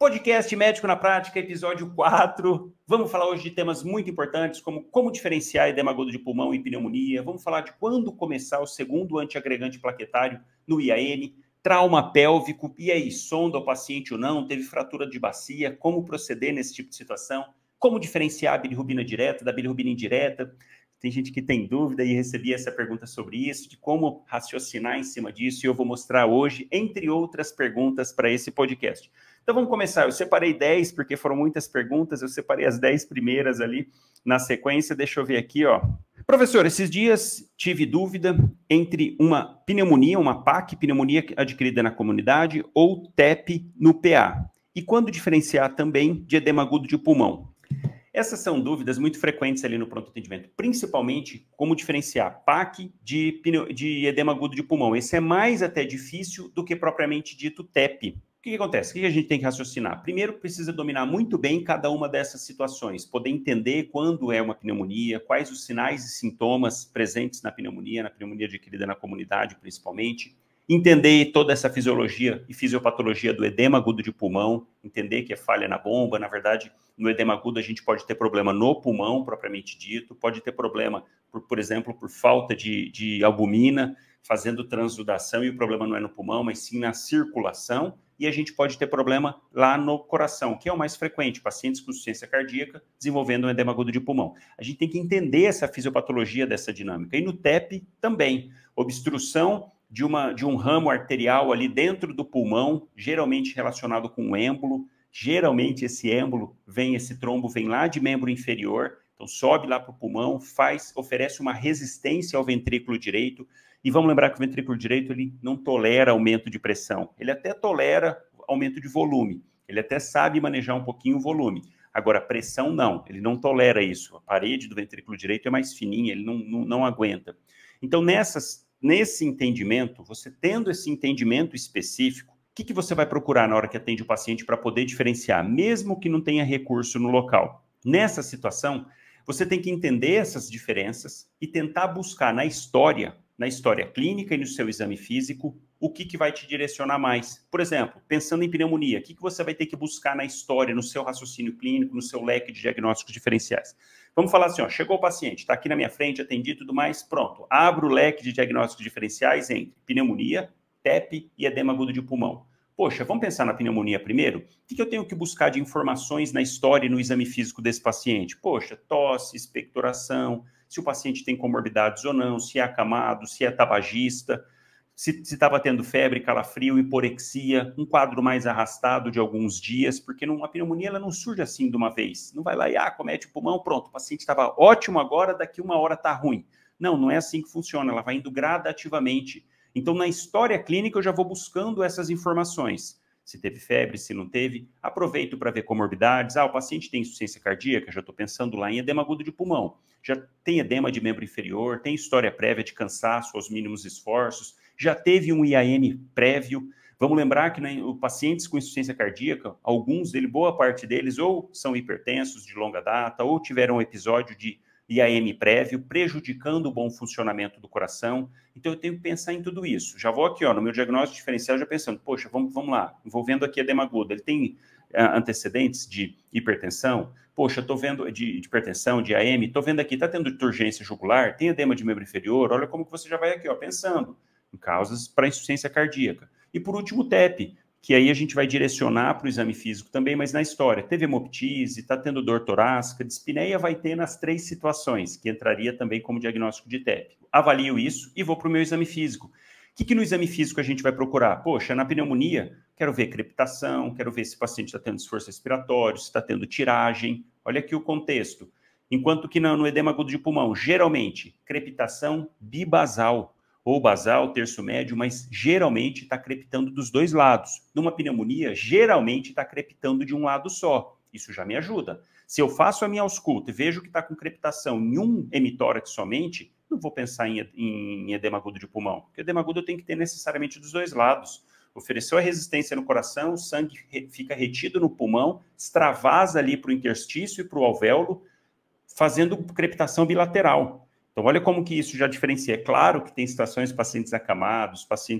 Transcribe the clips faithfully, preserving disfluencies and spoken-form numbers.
Podcast Médico na Prática, episódio quatro. Vamos falar hoje de temas muito importantes, como como diferenciar edema agudo de pulmão e pneumonia. Vamos falar de quando começar o segundo antiagregante plaquetário no I A N, trauma pélvico, e aí, sonda o paciente ou não, teve fratura de bacia, como proceder nesse tipo de situação, como diferenciar a bilirrubina direta da bilirrubina indireta. Tem gente que tem dúvida e recebi essa pergunta sobre isso, de como raciocinar em cima disso, e eu vou mostrar hoje, entre outras perguntas, para esse podcast. Então vamos começar. Eu separei dez, porque foram muitas perguntas, eu separei as dez primeiras ali na sequência. Deixa eu ver aqui, ó. Professor, esses dias tive dúvida entre uma pneumonia, uma P A C, pneumonia adquirida na comunidade, ou T E P no P A. E quando diferenciar também de edema agudo de pulmão? Essas são dúvidas muito frequentes ali no pronto atendimento, principalmente como diferenciar P A C de, pneu, de edema agudo de pulmão. Esse é mais até difícil do que propriamente dito T E P. O que, que acontece? O que, que a gente tem que raciocinar? Primeiro, precisa dominar muito bem cada uma dessas situações, poder entender quando é uma pneumonia, quais os sinais e sintomas presentes na pneumonia, na pneumonia adquirida na comunidade, principalmente. Entender toda essa fisiologia e fisiopatologia do edema agudo de pulmão, entender que é falha na bomba. Na verdade, no edema agudo a gente pode ter problema no pulmão, propriamente dito, pode ter problema, por, por exemplo, por falta de, de albumina, fazendo transudação, e o problema não é no pulmão, mas sim na circulação, e a gente pode ter problema lá no coração, que é o mais frequente, pacientes com insuficiência cardíaca desenvolvendo um edema agudo de pulmão. A gente tem que entender essa fisiopatologia dessa dinâmica. E no T E P também, obstrução de, uma, de um ramo arterial ali dentro do pulmão, geralmente relacionado com um êmbolo. Geralmente esse êmbolo vem, esse trombo vem lá de membro inferior, então sobe lá para o pulmão, faz, oferece uma resistência ao ventrículo direito. E vamos lembrar que o ventrículo direito ele não tolera aumento de pressão, ele até tolera aumento de volume, ele até sabe manejar um pouquinho o volume. Agora, pressão não, ele não tolera isso. A parede do ventrículo direito é mais fininha, ele não, não, não aguenta. Então, nessas, nesse entendimento, você tendo esse entendimento específico, o que, que você vai procurar na hora que atende o paciente para poder diferenciar, mesmo que não tenha recurso no local? Nessa situação, você tem que entender essas diferenças e tentar buscar na história, na história clínica e no seu exame físico, o que, que vai te direcionar mais. Por exemplo, pensando em pneumonia, o que, que você vai ter que buscar na história, no seu raciocínio clínico, no seu leque de diagnósticos diferenciais? Vamos falar assim, ó, chegou o paciente, está aqui na minha frente, atendi e tudo mais, pronto. Abro o leque de diagnósticos diferenciais entre pneumonia, T E P e edema agudo de pulmão. Poxa, vamos pensar na pneumonia primeiro? O que, que eu tenho que buscar de informações na história e no exame físico desse paciente? Poxa, tosse, expectoração, se o paciente tem comorbidades ou não, se é acamado, se é tabagista, se estava tendo febre, calafrio, hiporexia, um quadro mais arrastado de alguns dias, porque não, a pneumonia ela não surge assim de uma vez. Não vai lá e, ah, comete o pulmão, pronto, o paciente estava ótimo agora, daqui uma hora está ruim. Não, não é assim que funciona, ela vai indo gradativamente. Então, na história clínica, eu já vou buscando essas informações. Se teve febre, se não teve, aproveito para ver comorbidades. Ah, o paciente tem insuficiência cardíaca, já estou pensando lá em edema agudo de pulmão. Já tem edema de membro inferior, tem história prévia de cansaço aos mínimos esforços, já teve um I A M prévio. Vamos lembrar que, né, os pacientes com insuficiência cardíaca, alguns deles, boa parte deles, ou são hipertensos de longa data, ou tiveram um episódio de I A M prévio, prejudicando o bom funcionamento do coração. Então, eu tenho que pensar em tudo isso. Já vou aqui, ó, no meu diagnóstico diferencial, já pensando, poxa, vamos, vamos lá, envolvendo aqui edema agudo. Ele tem uh, antecedentes de hipertensão? Poxa, estou vendo de, de hipertensão, de I A M, estou vendo aqui, está tendo turgência jugular, tem edema de membro inferior, olha como que você já vai aqui, ó, pensando em causas para insuficiência cardíaca. E, por último, o T E P, que aí a gente vai direcionar para o exame físico também, mas na história. Teve hemoptise, está tendo dor torácica, dispneia vai ter nas três situações, que entraria também como diagnóstico de T E P. Avalio isso e vou para o meu exame físico. O que, que no exame físico a gente vai procurar? Poxa, na pneumonia, quero ver crepitação, quero ver se o paciente está tendo esforço respiratório, se está tendo tiragem. Olha aqui o contexto. Enquanto que no, no edema agudo de pulmão, geralmente, crepitação bibasal, ou basal, terço médio, mas geralmente está crepitando dos dois lados. Numa pneumonia, geralmente está crepitando de um lado só. Isso já me ajuda. Se eu faço a minha ausculta e vejo que está com crepitação em um hemitórax somente, não vou pensar em, em edema agudo de pulmão, porque edema agudo eu tenho que ter necessariamente dos dois lados. Ofereceu a resistência no coração, o sangue re, fica retido no pulmão, extravasa ali para o interstício e para o alvéolo, fazendo crepitação bilateral. Então, olha como que isso já diferencia. É claro que tem situações de pacientes acamados, pacientes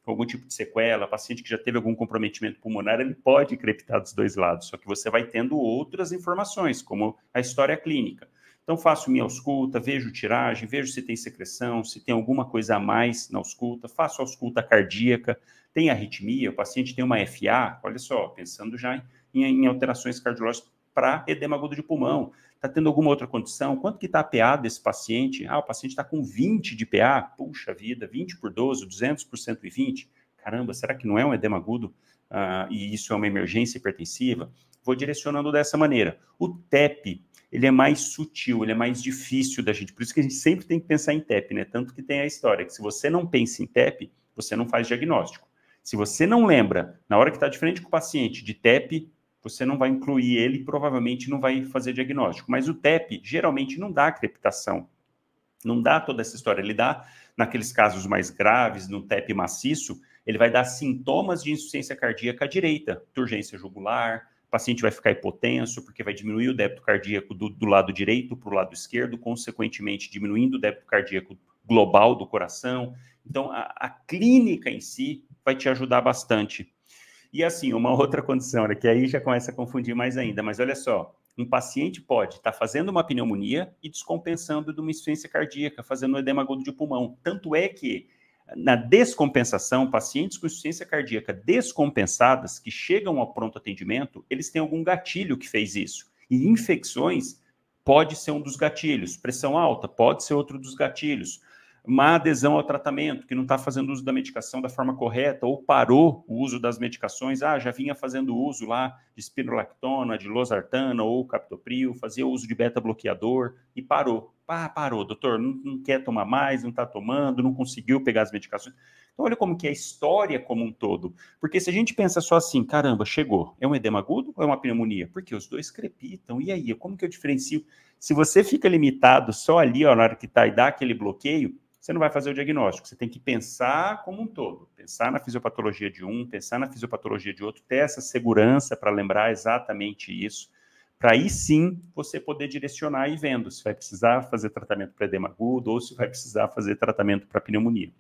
com algum tipo de sequela, paciente que já teve algum comprometimento pulmonar, ele pode crepitar dos dois lados, só que você vai tendo outras informações, como a história clínica. Então, faço minha ausculta, vejo tiragem, vejo se tem secreção, se tem alguma coisa a mais na ausculta, faço ausculta cardíaca, tem arritmia, o paciente tem uma F A, olha só, pensando já em, em alterações cardiológicas para edema agudo de pulmão. Está tendo alguma outra condição? Quanto que está a P A desse paciente? Ah, o paciente está com vinte de P A. Puxa vida, vinte por doze, duzentos por cento e vinte. Caramba, será que não é um edema agudo? Ah, e isso é uma emergência hipertensiva? Vou direcionando dessa maneira. O T E P, ele é mais sutil, ele é mais difícil da gente. Por isso que a gente sempre tem que pensar em T E P, né? Tanto que tem a história que se você não pensa em T E P, você não faz diagnóstico. Se você não lembra, na hora que está de frente com o paciente, de T E P, você não vai incluir ele e provavelmente não vai fazer diagnóstico. Mas o T E P geralmente não dá crepitação, não dá toda essa história. Ele dá, naqueles casos mais graves, no T E P maciço, ele vai dar sintomas de insuficiência cardíaca à direita, turgência jugular, o paciente vai ficar hipotenso, porque vai diminuir o débito cardíaco do, do lado direito para o lado esquerdo, consequentemente diminuindo o débito cardíaco global do coração. Então, a, a clínica em si vai te ajudar bastante. E assim, uma outra condição, né, que aí já começa a confundir mais ainda, mas olha só, um paciente pode estar tá fazendo uma pneumonia e descompensando de uma insuficiência cardíaca, fazendo um edema agudo de pulmão. Tanto é que, na descompensação, pacientes com insuficiência cardíaca descompensadas, que chegam ao pronto atendimento, eles têm algum gatilho que fez isso. E infecções pode ser um dos gatilhos. Pressão alta pode ser outro dos gatilhos. Má adesão ao tratamento, que não está fazendo uso da medicação da forma correta, ou parou o uso das medicações, ah, já vinha fazendo uso lá de spironolactona, de losartana ou captopril, fazia uso de beta-bloqueador e parou. Ah, parou, doutor, não, não quer tomar mais, não está tomando, não conseguiu pegar as medicações. Então, olha como que é a história como um todo. Porque se a gente pensa só assim, caramba, chegou, é um edema agudo ou é uma pneumonia? Porque os dois crepitam, e aí, como que eu diferencio? Se você fica limitado só ali, ó, na hora que está e dá aquele bloqueio, você não vai fazer o diagnóstico, você tem que pensar como um todo, pensar na fisiopatologia de um, pensar na fisiopatologia de outro, ter essa segurança para lembrar exatamente isso, para aí sim você poder direcionar e vendo se vai precisar fazer tratamento para edema agudo ou se vai precisar fazer tratamento para pneumonia.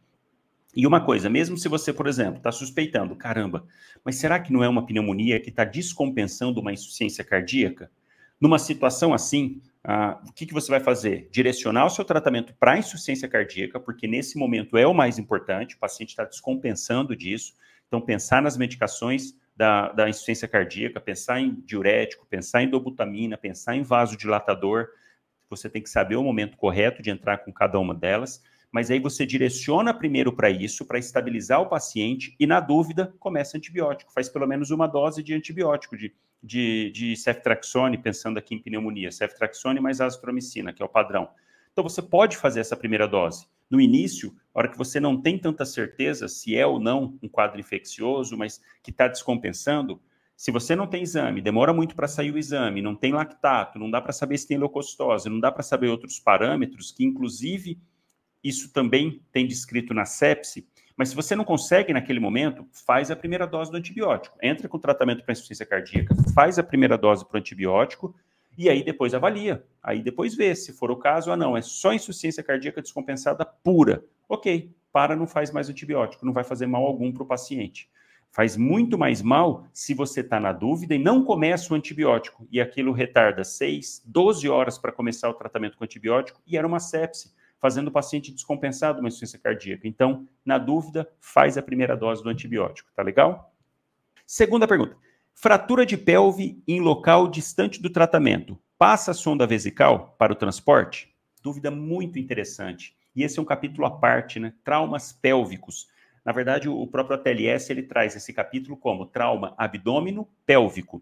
E uma coisa, mesmo se você, por exemplo, está suspeitando, caramba, mas será que não é uma pneumonia que está descompensando uma insuficiência cardíaca? Numa situação assim, ah, o que, que você vai fazer? Direcionar o seu tratamento para a insuficiência cardíaca, porque nesse momento é o mais importante, o paciente está descompensando disso. Então, pensar nas medicações da, da insuficiência cardíaca, pensar em diurético, pensar em dobutamina, pensar em vasodilatador. Você tem que saber o momento correto de entrar com cada uma delas, mas aí você direciona primeiro para isso, para estabilizar o paciente, e na dúvida, começa antibiótico. Faz pelo menos uma dose de antibiótico, de de, de ceftriaxone, pensando aqui em pneumonia, ceftriaxone mais azitromicina, que é o padrão. Então, você pode fazer essa primeira dose. No início, na hora que você não tem tanta certeza se é ou não um quadro infeccioso, mas que está descompensando, se você não tem exame, demora muito para sair o exame, não tem lactato, não dá para saber se tem leucocitose, não dá para saber outros parâmetros, que inclusive isso também tem descrito na sepse. Mas se você não consegue naquele momento, faz a primeira dose do antibiótico. Entra com tratamento para insuficiência cardíaca, faz a primeira dose para o antibiótico e aí depois avalia. Aí depois vê se for o caso ou não. É só insuficiência cardíaca descompensada pura. Ok, para, não faz mais antibiótico. Não vai fazer mal algum para o paciente. Faz muito mais mal se você está na dúvida e não começa o antibiótico. E aquilo retarda seis, doze horas para começar o tratamento com antibiótico e era uma sepse, fazendo o paciente descompensado uma insuficiência cardíaca. Então, na dúvida, faz a primeira dose do antibiótico, tá legal? Segunda pergunta. Fratura de pelve em local distante do tratamento. Passa a sonda vesical para o transporte? Dúvida muito interessante. E esse é um capítulo à parte, né? Traumas pélvicos. Na verdade, o próprio A T L S, ele traz esse capítulo como trauma abdômino pélvico.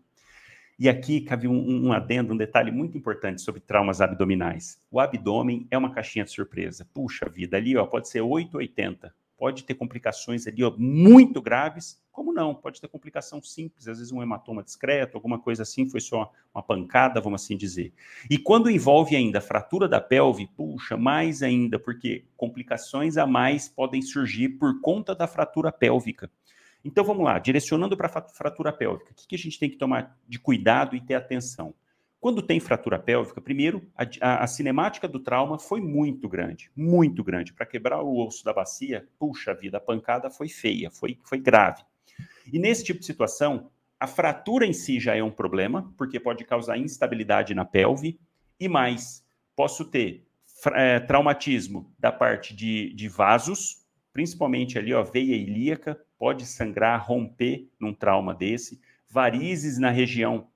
E aqui cabe um, um adendo, um detalhe muito importante sobre traumas abdominais. O abdômen é uma caixinha de surpresa. Puxa vida, ali ó, pode ser oito ou oitenta. Pode ter complicações ali ó, muito graves, como não? Pode ter complicação simples, às vezes um hematoma discreto, alguma coisa assim, foi só uma pancada, vamos assim dizer. E quando envolve ainda a fratura da pelve, puxa, mais ainda, porque complicações a mais podem surgir por conta da fratura pélvica. Então, vamos lá, direcionando para a fratura pélvica, o que, que a gente tem que tomar de cuidado e ter atenção? Quando tem fratura pélvica, primeiro, a, a, a cinemática do trauma foi muito grande, muito grande. Para quebrar o osso da bacia, puxa vida, a pancada foi feia, foi, foi grave. E nesse tipo de situação, a fratura em si já é um problema, porque pode causar instabilidade na pelve, e mais, posso ter é, traumatismo da parte de, de vasos, principalmente ali, ó, veia ilíaca, pode sangrar, romper num trauma desse, varizes na região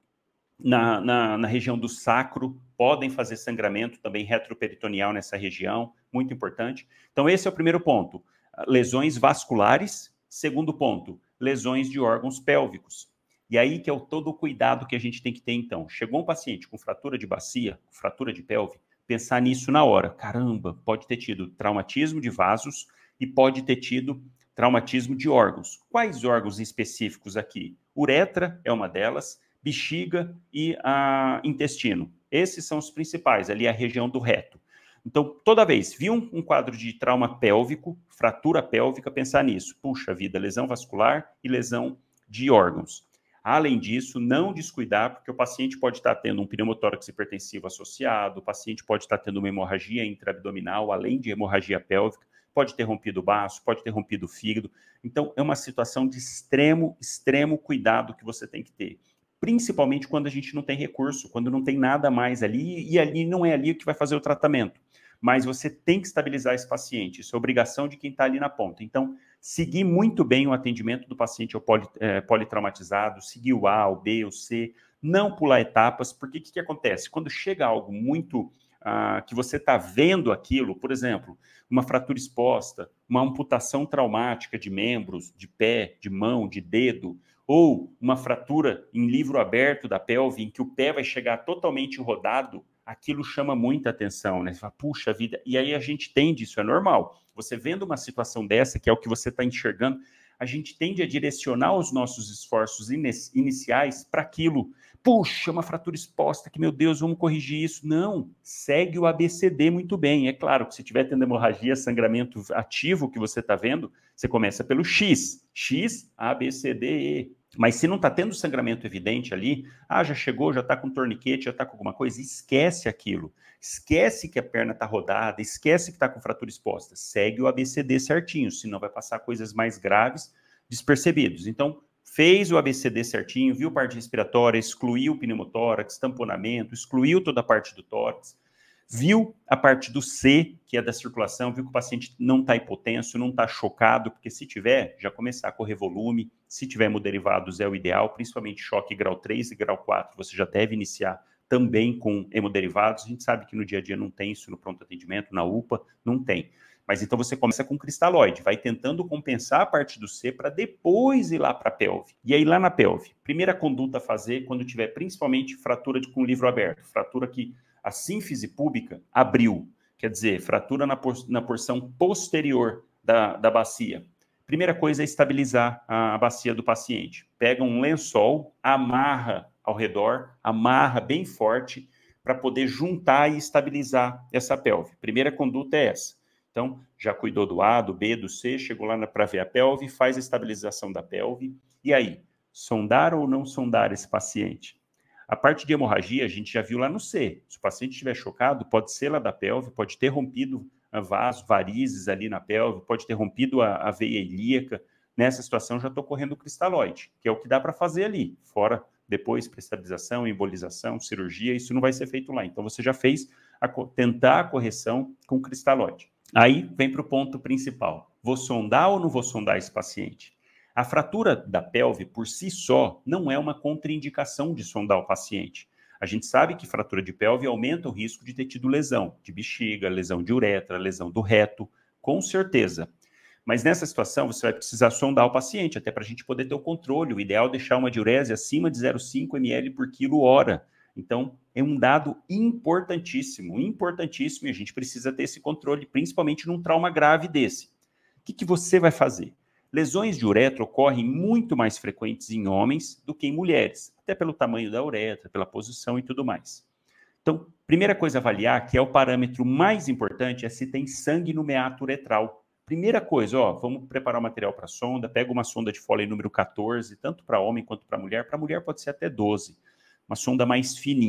Na, na, na região do sacro, podem fazer sangramento também retroperitoneal nessa região, muito importante. Então, esse é o primeiro ponto. Lesões vasculares. Segundo ponto, lesões de órgãos pélvicos. E aí que é o, todo o cuidado que a gente tem que ter, então. Chegou um paciente com fratura de bacia, fratura de pelve, pensar nisso na hora. Caramba, pode ter tido traumatismo de vasos e pode ter tido traumatismo de órgãos. Quais órgãos específicos aqui? Uretra é uma delas, bexiga e a intestino. Esses são os principais, ali a região do reto. Então, toda vez, viu um, um quadro de trauma pélvico, fratura pélvica, pensar nisso. Puxa vida, lesão vascular e lesão de órgãos. Além disso, não descuidar, porque o paciente pode estar tendo um pneumotórax hipertensivo associado, o paciente pode estar tendo uma hemorragia intraabdominal, além de hemorragia pélvica, pode ter rompido o baço, pode ter rompido o fígado. Então, é uma situação de extremo, extremo cuidado que você tem que ter. Principalmente quando a gente não tem recurso, quando não tem nada mais ali, e ali não é ali que vai fazer o tratamento. Mas você tem que estabilizar esse paciente, isso é obrigação de quem está ali na ponta. Então, seguir muito bem o atendimento do paciente ao poli, é, politraumatizado, seguir o A, o B, o C, não pular etapas, porque o que, que acontece? Quando chega algo muito... Ah, que você está vendo aquilo, por exemplo, uma fratura exposta, uma amputação traumática de membros, de pé, de mão, de dedo, ou uma fratura em livro aberto da pelve, em que o pé vai chegar totalmente rodado, aquilo chama muita atenção, né? Você fala, puxa vida, e aí a gente tende, isso é normal, você vendo uma situação dessa, que é o que você está enxergando, a gente tende a direcionar os nossos esforços iniciais para aquilo. Puxa, uma fratura exposta, que meu Deus, vamos corrigir isso. Não, segue o A B C D muito bem. É claro que se tiver tendo hemorragia, sangramento ativo que você está vendo, você começa pelo X. X, A, B, C, D, E. Mas se não está tendo sangramento evidente ali, ah, já chegou, já está com torniquete, já está com alguma coisa, esquece aquilo. Esquece que a perna está rodada, esquece que está com fratura exposta. Segue o A B C D certinho, senão vai passar coisas mais graves despercebidos. Então, fez o A B C D certinho, viu parte respiratória, excluiu o pneumotórax, tamponamento, excluiu toda a parte do tórax, viu a parte do C, que é da circulação, viu que o paciente não está hipotenso, não está chocado, porque se tiver, já começar a correr volume, se tiver hemoderivados é o ideal, principalmente choque grau três e grau quatro, você já deve iniciar também com hemoderivados. A gente sabe que no dia a dia não tem isso no pronto atendimento, na U P A, não tem. Mas então você começa com cristalóide, vai tentando compensar a parte do C para depois ir lá para a pelve. E aí lá na pelve, primeira conduta a fazer quando tiver principalmente fratura de, com livro aberto, fratura que a sínfise púbica abriu, quer dizer, fratura na, por, na porção posterior da, da bacia. Primeira coisa é estabilizar a, a bacia do paciente. Pega um lençol, amarra ao redor, amarra bem forte para poder juntar e estabilizar essa pelve. Primeira conduta é essa. Então, já cuidou do A, do B, do C, chegou lá para ver a pelve, faz a estabilização da pelve. E aí, sondar ou não sondar esse paciente? A parte de hemorragia, a gente já viu lá no C. Se o paciente estiver chocado, pode ser lá da pelve, pode ter rompido vaso, varizes ali na pelve, pode ter rompido a, a veia ilíaca. Nessa situação, já estou correndo o cristalóide, que é o que dá para fazer ali. Fora, depois, para estabilização, embolização, cirurgia, isso não vai ser feito lá. Então, você já fez a, tentar a correção com o cristalóide. Aí, vem para o ponto principal. Vou sondar ou não vou sondar esse paciente? A fratura da pelve, por si só, não é uma contraindicação de sondar o paciente. A gente sabe que fratura de pelve aumenta o risco de ter tido lesão de bexiga, lesão de uretra, lesão do reto, com certeza. Mas nessa situação, você vai precisar sondar o paciente, até para a gente poder ter o controle. O ideal é deixar uma diurese acima de zero vírgula cinco mililitros por quilo hora. Então, é um dado importantíssimo, importantíssimo, e a gente precisa ter esse controle, principalmente num trauma grave desse. O que, que você vai fazer? Lesões de uretra ocorrem muito mais frequentes em homens do que em mulheres, até pelo tamanho da uretra, pela posição e tudo mais. Então, primeira coisa a avaliar, que é o parâmetro mais importante, é se tem sangue no meato uretral. Primeira coisa, ó, vamos preparar o material para sonda, pega uma sonda de Foley número quatorze, tanto para homem quanto para mulher. Para mulher pode ser até doze, uma sonda mais fininha.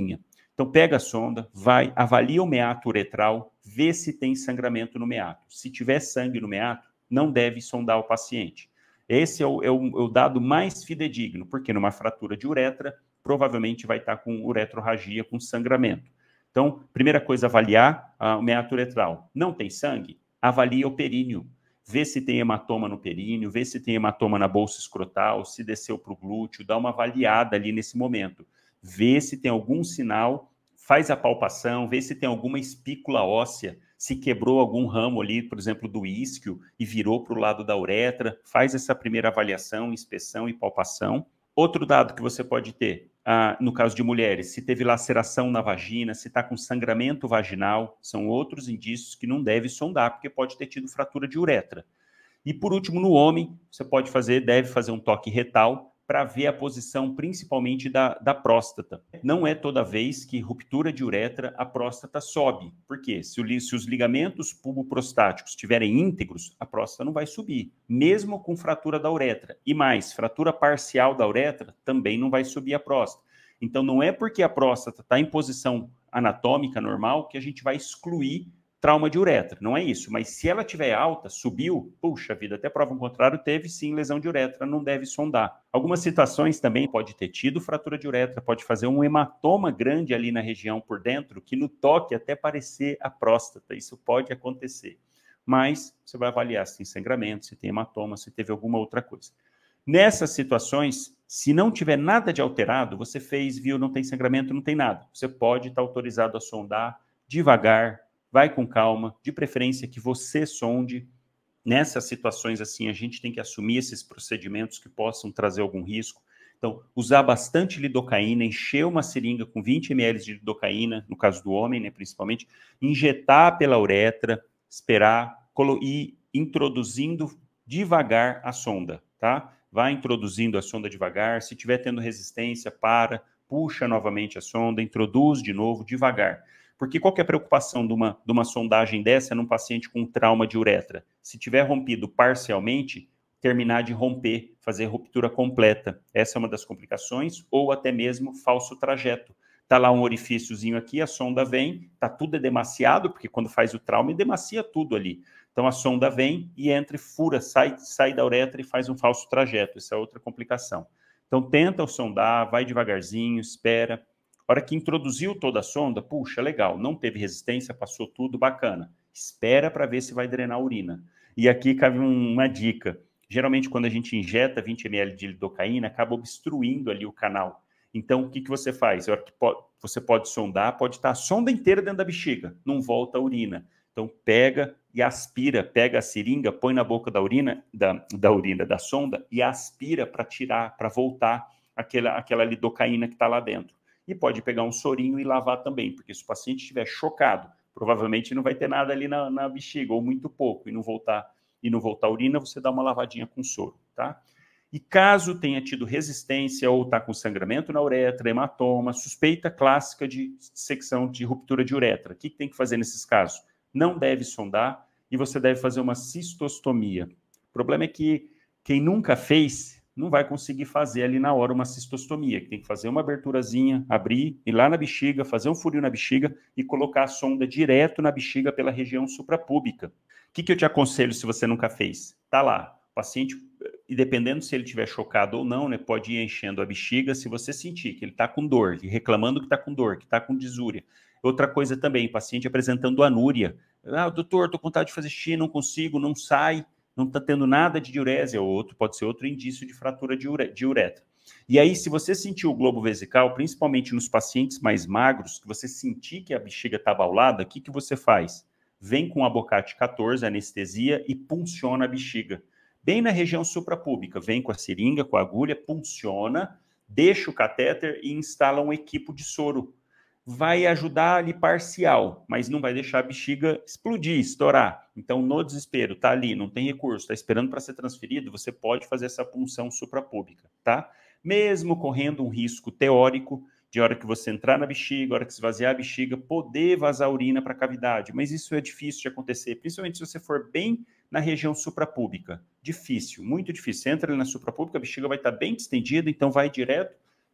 Então, pega a sonda, vai, avalia o meato uretral, vê se tem sangramento no meato. Se tiver sangue no meato, não deve sondar o paciente. Esse é o, é o, é o dado mais fidedigno, porque numa fratura de uretra, provavelmente vai estar com uretrorragia, com sangramento. Então, primeira coisa, avaliar uh, o meato uretral. Não tem sangue? Avalia o períneo. Vê se tem hematoma no períneo, vê se tem hematoma na bolsa escrotal, se desceu para o glúteo, dá uma avaliada ali nesse momento. Vê se tem algum sinal, faz a palpação, vê se tem alguma espícula óssea, se quebrou algum ramo ali, por exemplo, do isquio e virou para o lado da uretra, faz essa primeira avaliação, inspeção e palpação. Outro dado que você pode ter, ah, no caso de mulheres, se teve laceração na vagina, se está com sangramento vaginal, são outros indícios que não deve sondar, porque pode ter tido fratura de uretra. E por último, no homem, você pode fazer, deve fazer um toque retal para ver a posição principalmente da, da próstata. Não é toda vez que ruptura de uretra a próstata sobe. Por quê? Se, o, se os ligamentos puboprostáticos estiverem íntegros, a próstata não vai subir, mesmo com fratura da uretra. E mais, fratura parcial da uretra também não vai subir a próstata. Então, não é porque a próstata está em posição anatômica normal que a gente vai excluir trauma de uretra, não é isso, mas se ela tiver alta, subiu, puxa vida, até prova o contrário, teve sim lesão de uretra, não deve sondar. Algumas situações também pode ter tido fratura de uretra, pode fazer um hematoma grande ali na região por dentro, que no toque até parecer a próstata, isso pode acontecer. Mas você vai avaliar se tem sangramento, se tem hematoma, se teve alguma outra coisa. Nessas situações, se não tiver nada de alterado, você fez, viu, não tem sangramento, não tem nada. Você pode estar autorizado a sondar devagar, vai com calma, de preferência que você sonde. Nessas situações assim, a gente tem que assumir esses procedimentos que possam trazer algum risco. Então, usar bastante lidocaína, encher uma seringa com vinte mililitros de lidocaína, no caso do homem, né, principalmente, injetar pela uretra, esperar e introduzindo devagar a sonda, tá? Vai introduzindo a sonda devagar, se estiver tendo resistência, para, puxa novamente a sonda, introduz de novo, devagar. Porque qual que é a preocupação de uma, de uma sondagem dessa num paciente com trauma de uretra? Se tiver rompido parcialmente, terminar de romper, fazer ruptura completa. Essa é uma das complicações, ou até mesmo falso trajeto. Está lá um orifíciozinho aqui, a sonda vem, está tudo demasiado, porque quando faz o trauma, demacia tudo ali. Então a sonda vem e entra e fura, sai, sai da uretra e faz um falso trajeto. Essa é outra complicação. Então tenta sondar, vai devagarzinho, espera. A hora que introduziu toda a sonda, puxa, legal, não teve resistência, passou tudo, bacana. Espera para ver se vai drenar a urina. E aqui cabe um, uma dica. Geralmente, quando a gente injeta vinte mililitros de lidocaína, acaba obstruindo ali o canal. Então, o que, que você faz? A hora que pode, você pode sondar, pode estar a sonda inteira dentro da bexiga, não volta a urina. Então, pega e aspira, pega a seringa, põe na boca da urina, da, da urina, da sonda, e aspira para tirar, para voltar aquela, aquela lidocaína que está lá dentro. E pode pegar um sorinho e lavar também, porque se o paciente estiver chocado, provavelmente não vai ter nada ali na, na bexiga, ou muito pouco, e não voltar e não voltar a urina, você dá uma lavadinha com soro, tá? E caso tenha tido resistência ou está com sangramento na uretra, hematoma, suspeita clássica de secção de ruptura de uretra, o que, que tem que fazer nesses casos? Não deve sondar e você deve fazer uma cistostomia. O problema é que quem nunca fez não vai conseguir fazer ali na hora uma cistostomia, que tem que fazer uma aberturazinha, abrir, ir lá na bexiga, fazer um furinho na bexiga e colocar a sonda direto na bexiga pela região suprapúbica. O que, que eu te aconselho se você nunca fez? Tá lá, o paciente, e dependendo se ele estiver chocado ou não, né, pode ir enchendo a bexiga. Se você sentir que ele está com dor, e reclamando que está com dor, que está com disúria. Outra coisa também, paciente apresentando anúria. Ah, doutor, estou com vontade de fazer xixi, não consigo, não sai, não está tendo nada de diurese, ou outro, pode ser outro indício de fratura de, ure, de uretra. E aí, se você sentir o globo vesical, principalmente nos pacientes mais magros, que você sentir que a bexiga está abaulada, o que, que você faz? Vem com abocate quatorze, anestesia, e punciona a bexiga. Bem na região suprapúbica, vem com a seringa, com a agulha, punciona, deixa o catéter e instala um equipo de soro. Vai ajudar ali parcial, mas não vai deixar a bexiga explodir, estourar. Então, no desespero, tá ali, não tem recurso, tá esperando para ser transferido, você pode fazer essa punção suprapúbica, tá? Mesmo correndo um risco teórico de hora que você entrar na bexiga, hora que esvaziar a bexiga, poder vazar urina para a cavidade, mas isso é difícil de acontecer, principalmente se você for bem na região suprapúbica. Difícil, muito difícil. Você entra ali na suprapúbica, a bexiga vai estar bem distendida, então vai direto,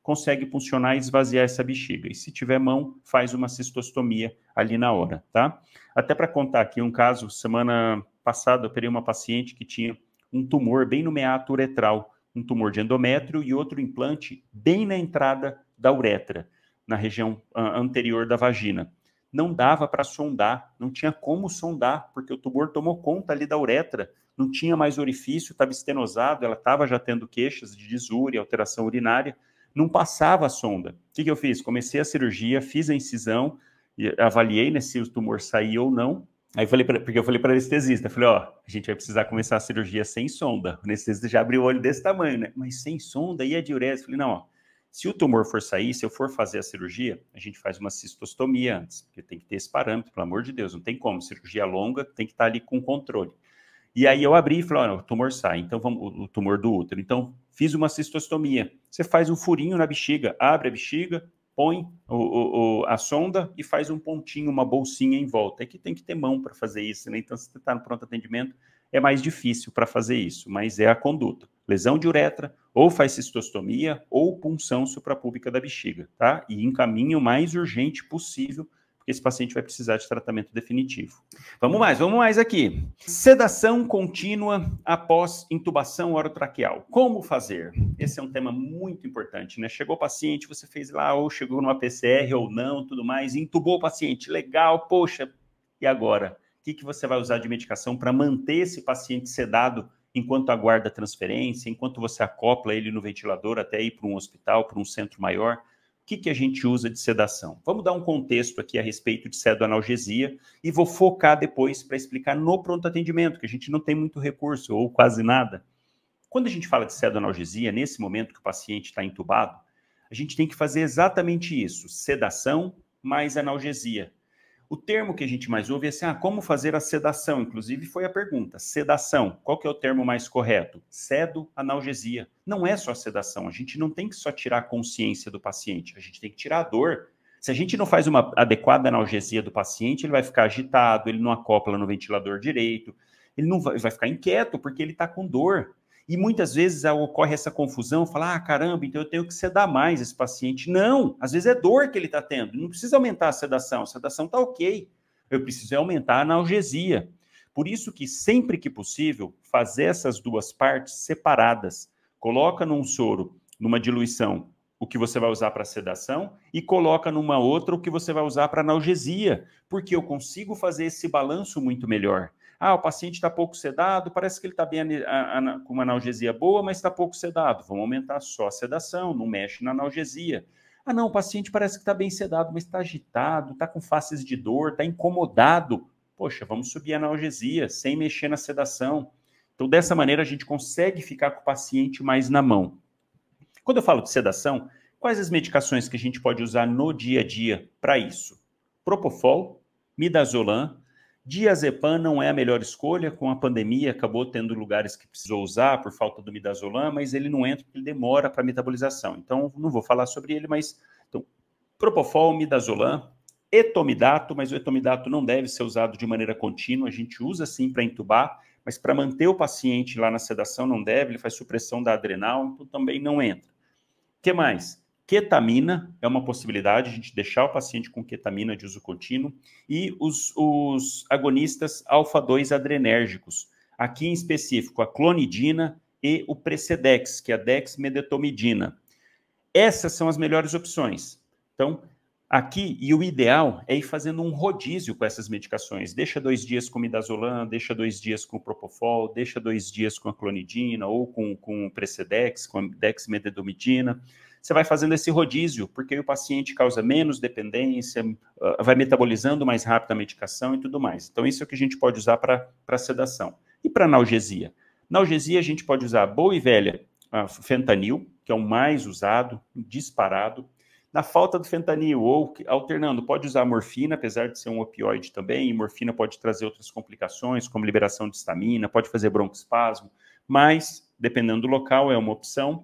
consegue funcionar e esvaziar essa bexiga. E se tiver mão, faz uma cistostomia ali na hora, tá? Até para contar aqui um caso, semana passada eu operei uma paciente que tinha um tumor bem no meato uretral, um tumor de endométrio e outro implante bem na entrada da uretra, na região uh, anterior da vagina. Não dava para sondar, não tinha como sondar, porque o tumor tomou conta ali da uretra, não tinha mais orifício, estava estenosado, ela estava já tendo queixas de disúria, alteração urinária, não passava a sonda. O que, que eu fiz? Comecei a cirurgia, fiz a incisão, avaliei, né, se o tumor saía ou não. Aí eu falei pra, porque eu falei para o anestesista, falei, ó, a gente vai precisar começar a cirurgia sem sonda. O anestesista já abriu o olho desse tamanho, né? Mas sem sonda e a diurese? Eu falei, não, ó, se o tumor for sair, se eu for fazer a cirurgia, a gente faz uma cistostomia antes, porque tem que ter esse parâmetro, pelo amor de Deus, não tem como. Cirurgia longa tem que estar ali com controle. E aí eu abri e falei, ó, o tumor sai, então vamos, o tumor do útero. Então, fiz uma cistostomia. Você faz um furinho na bexiga, abre a bexiga, põe o, o, a sonda e faz um pontinho, uma bolsinha em volta. É que tem que ter mão para fazer isso, né? Então, se você está no pronto atendimento, é mais difícil para fazer isso, mas é a conduta. Lesão de uretra, ou faz cistostomia, ou punção suprapúbica da bexiga, tá? E encaminha o mais urgente possível, porque esse paciente vai precisar de tratamento definitivo. Vamos mais, vamos mais aqui. Sedação contínua após intubação orotraqueal. Como fazer? Esse é um tema muito importante, né? Chegou o paciente, você fez lá, ou chegou numa P C R ou não, tudo mais, intubou o paciente, legal, poxa, e agora? O que, que você vai usar de medicação para manter esse paciente sedado enquanto aguarda a transferência, enquanto você acopla ele no ventilador até ir para um hospital, para um centro maior? O que, que a gente usa de sedação? Vamos dar um contexto aqui a respeito de pseudoanalgesia e vou focar depois para explicar no pronto atendimento, que a gente não tem muito recurso ou quase nada. Quando a gente fala de pseudoanalgesia, nesse momento que o paciente está entubado, a gente tem que fazer exatamente isso, sedação mais analgesia. O termo que a gente mais ouve é assim, ah, como fazer a sedação? Inclusive foi a pergunta, sedação, qual que é o termo mais correto? Sedo-analgesia. Não é só sedação, a gente não tem que só tirar a consciência do paciente, a gente tem que tirar a dor. Se a gente não faz uma adequada analgesia do paciente, ele vai ficar agitado, ele não acopla no ventilador direito, ele não vai, vai ficar inquieto porque ele está com dor. E muitas vezes ocorre essa confusão, fala, ah, caramba, então eu tenho que sedar mais esse paciente. Não, às vezes é dor que ele está tendo, não precisa aumentar a sedação, a sedação está ok, eu preciso aumentar a analgesia. Por isso que sempre que possível, fazer essas duas partes separadas. Coloca num soro, numa diluição, o que você vai usar para sedação e coloca numa outra o que você vai usar para analgesia, porque eu consigo fazer esse balanço muito melhor. Ah, o paciente está pouco sedado, parece que ele está bem a, a, com uma analgesia boa, mas está pouco sedado. Vamos aumentar só a sedação, não mexe na analgesia. Ah, não, o paciente parece que está bem sedado, mas está agitado, está com faces de dor, está incomodado. Poxa, vamos subir a analgesia sem mexer na sedação. Então, dessa maneira, a gente consegue ficar com o paciente mais na mão. Quando eu falo de sedação, quais as medicações que a gente pode usar no dia a dia para isso? Propofol, midazolam, diazepam não é a melhor escolha, com a pandemia acabou tendo lugares que precisou usar por falta do midazolam, mas ele não entra porque ele demora para metabolização. Então, não vou falar sobre ele, mas então, propofol, midazolam, etomidato, mas o etomidato não deve ser usado de maneira contínua, a gente usa sim para intubar, mas para manter o paciente lá na sedação não deve, ele faz supressão da adrenal, então também não entra. O que mais? Ketamina é uma possibilidade, a gente deixar o paciente com ketamina de uso contínuo e os, os agonistas alfa dois adrenérgicos. Aqui em específico, a clonidina e o Precedex, que é a dexmedetomidina. Essas são as melhores opções. Então, aqui, e o ideal é ir fazendo um rodízio com essas medicações. Deixa dois dias com midazolam, deixa dois dias com propofol, deixa dois dias com a clonidina ou com, com o Precedex, com a dexmedetomidina. Você vai fazendo esse rodízio, porque aí o paciente causa menos dependência, vai metabolizando mais rápido a medicação e tudo mais. Então, isso é o que a gente pode usar para sedação. E para analgesia? Analgesia, a gente pode usar a boa e velha a fentanil, que é o mais usado, disparado. Na falta do fentanil, ou alternando, pode usar a morfina, apesar de ser um opioide também, e morfina pode trazer outras complicações, como liberação de histamina, pode fazer broncoespasmo, mas, dependendo do local, é uma opção.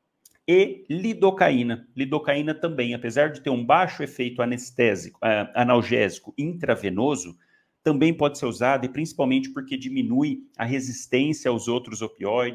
E lidocaína. Lidocaína também, apesar de ter um baixo efeito anestésico, uh, analgésico intravenoso, também pode ser usada, e principalmente porque diminui a resistência aos outros opioides,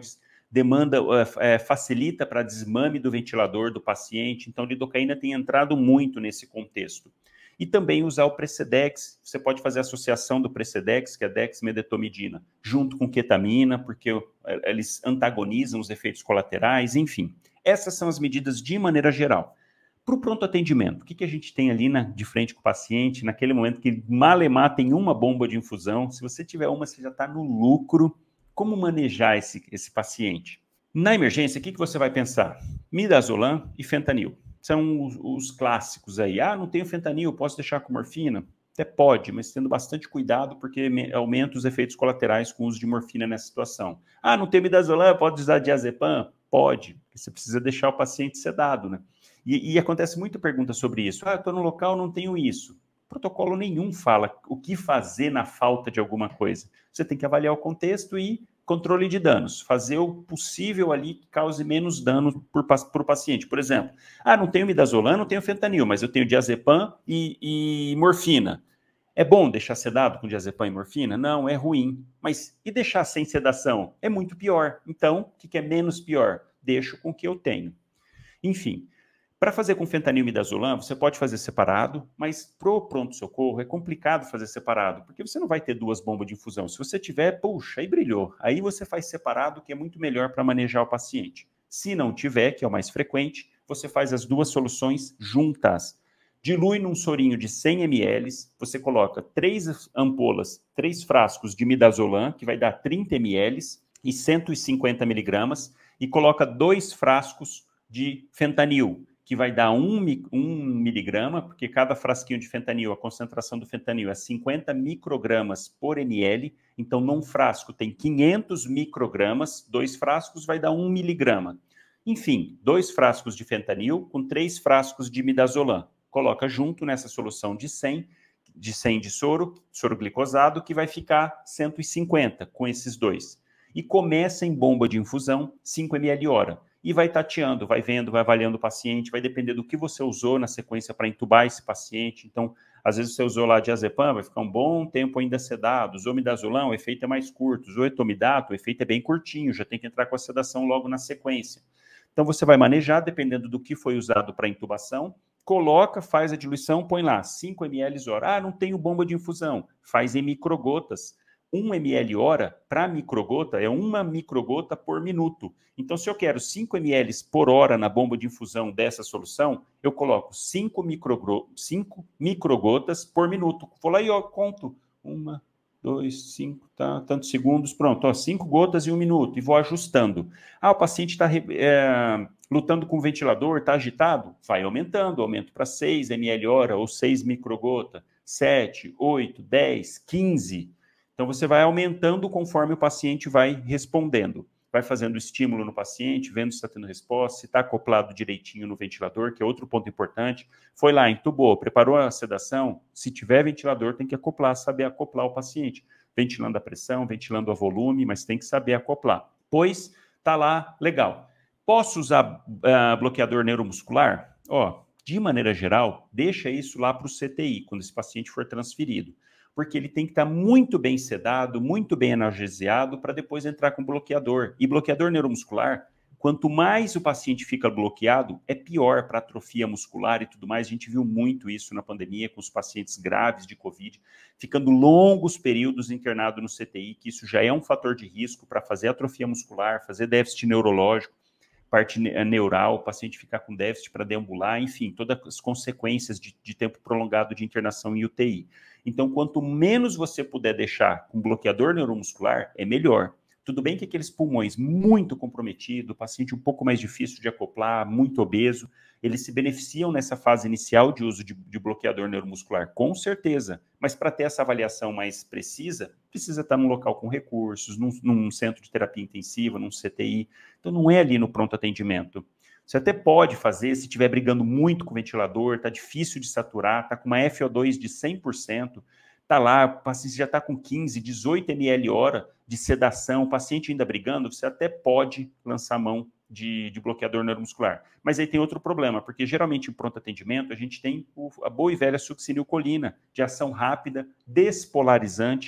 demanda, é, facilita para desmame do ventilador do paciente, então lidocaína tem entrado muito nesse contexto. E também usar o Precedex, você pode fazer associação do Precedex, que é a dexmedetomidina, junto com ketamina, porque eles antagonizam os efeitos colaterais, enfim. Essas são as medidas de maneira geral. Para o pronto atendimento, o que, que a gente tem ali na, de frente com o paciente, naquele momento que malemar tem uma bomba de infusão, se você tiver uma, você já está no lucro. Como manejar esse, esse paciente? Na emergência, o que, que você vai pensar? Midazolam e fentanil. São os, os clássicos aí. Ah, não tenho fentanil, posso deixar com morfina? Até pode, mas tendo bastante cuidado, porque aumenta os efeitos colaterais com o uso de morfina nessa situação. Ah, não tenho midazolam, pode usar diazepam? Pode, porque você precisa deixar o paciente sedado, né? E, e acontece muita pergunta sobre isso. Ah, eu estou no local, não tenho isso. Protocolo nenhum fala o que fazer na falta de alguma coisa. Você tem que avaliar o contexto e controle de danos, fazer o possível ali que cause menos dano para o paciente. Por exemplo, ah, não tenho midazolam, não tenho fentanil, mas eu tenho diazepam e, e morfina. É bom deixar sedado com diazepam e morfina? Não, é ruim. Mas e deixar sem sedação? É muito pior. Então, o que é menos pior? Deixo com o que eu tenho. Enfim, para fazer com fentanil e midazolam, você pode fazer separado, mas pro pronto-socorro é complicado fazer separado, porque você não vai ter duas bombas de infusão. Se você tiver, puxa, aí brilhou. Aí você faz separado, que é muito melhor para manejar o paciente. Se não tiver, que é o mais frequente, você faz as duas soluções juntas. Dilui num sorinho de cem mililitros, você coloca três ampolas, três frascos de midazolam, que vai dar trinta mililitros e cento e cinquenta miligramas, e coloca dois frascos de fentanil, que vai dar um, um miligrama, porque cada frasquinho de fentanil, a concentração do fentanil é cinquenta microgramas por ml, então num frasco tem quinhentos microgramas, dois frascos vai dar um miligrama. Enfim, dois frascos de fentanil com três frascos de midazolam. Coloca junto nessa solução de cem, de cem de soro, soro glicosado, que vai ficar cento e cinquenta com esses dois. E começa em bomba de infusão, cinco mililitros hora. E vai tateando, vai vendo, vai avaliando o paciente, vai depender do que você usou na sequência para entubar esse paciente. Então, às vezes você usou lá diazepam, vai ficar um bom tempo ainda sedado. Usou midazolam, o efeito é mais curto. Usou etomidato, o efeito é bem curtinho, já tem que entrar com a sedação logo na sequência. Então, você vai manejar, dependendo do que foi usado para intubação, coloca, faz a diluição, põe lá cinco mililitros hora. Ah, não tenho bomba de infusão, faz em microgotas. um mililitro hora para microgota é uma microgota por minuto. Então, se eu quero cinco mililitros por hora na bomba de infusão dessa solução, eu coloco cinco, micro, cinco microgotas por minuto. Vou lá e ó, conto. Uma, dois, cinco, tá, tantos segundos, pronto. Ó, cinco gotas em um minuto e vou ajustando. Ah, o paciente está é, lutando com o ventilador, está agitado? Vai aumentando, aumento para seis mililitros hora ou seis microgota, sete, oito, dez, quinze. Então, você vai aumentando conforme o paciente vai respondendo. Vai fazendo estímulo no paciente, vendo se está tendo resposta, se está acoplado direitinho no ventilador, que é outro ponto importante. Foi lá, entubou, preparou a sedação. Se tiver ventilador, tem que acoplar, saber acoplar o paciente. Ventilando a pressão, ventilando a volume, mas tem que saber acoplar. Pois, tá lá, legal. Posso usar uh, bloqueador neuromuscular? Ó, de maneira geral, deixa isso lá para o C T I, quando esse paciente for transferido. Porque ele tem que estar muito bem sedado, muito bem analgesiado, para depois entrar com bloqueador. E bloqueador neuromuscular, quanto mais o paciente fica bloqueado, é pior para atrofia muscular e tudo mais. A gente viu muito isso na pandemia com os pacientes graves de Covid, ficando longos períodos internados no C T I, que isso já é um fator de risco para fazer atrofia muscular, fazer déficit neurológico, parte neural, o paciente ficar com déficit para deambular, enfim, todas as consequências de, de tempo prolongado de internação em U T I. Então, quanto menos você puder deixar com bloqueador neuromuscular, é melhor. Tudo bem que aqueles pulmões muito comprometidos, o paciente um pouco mais difícil de acoplar, muito obeso, eles se beneficiam nessa fase inicial de uso de, de bloqueador neuromuscular, com certeza. Mas para ter essa avaliação mais precisa, precisa estar num local com recursos, num, num centro de terapia intensiva, num C T I. Então, não é ali no pronto atendimento. Você até pode fazer se estiver brigando muito com o ventilador, está difícil de saturar, está com uma F O dois de cem por cento, está lá, o paciente já está com quinze, dezoito mililitros hora de sedação, o paciente ainda brigando, você até pode lançar mão de, de bloqueador neuromuscular. Mas aí tem outro problema, porque geralmente em pronto atendimento a gente tem o, a boa e velha succinilcolina, de ação rápida, despolarizante.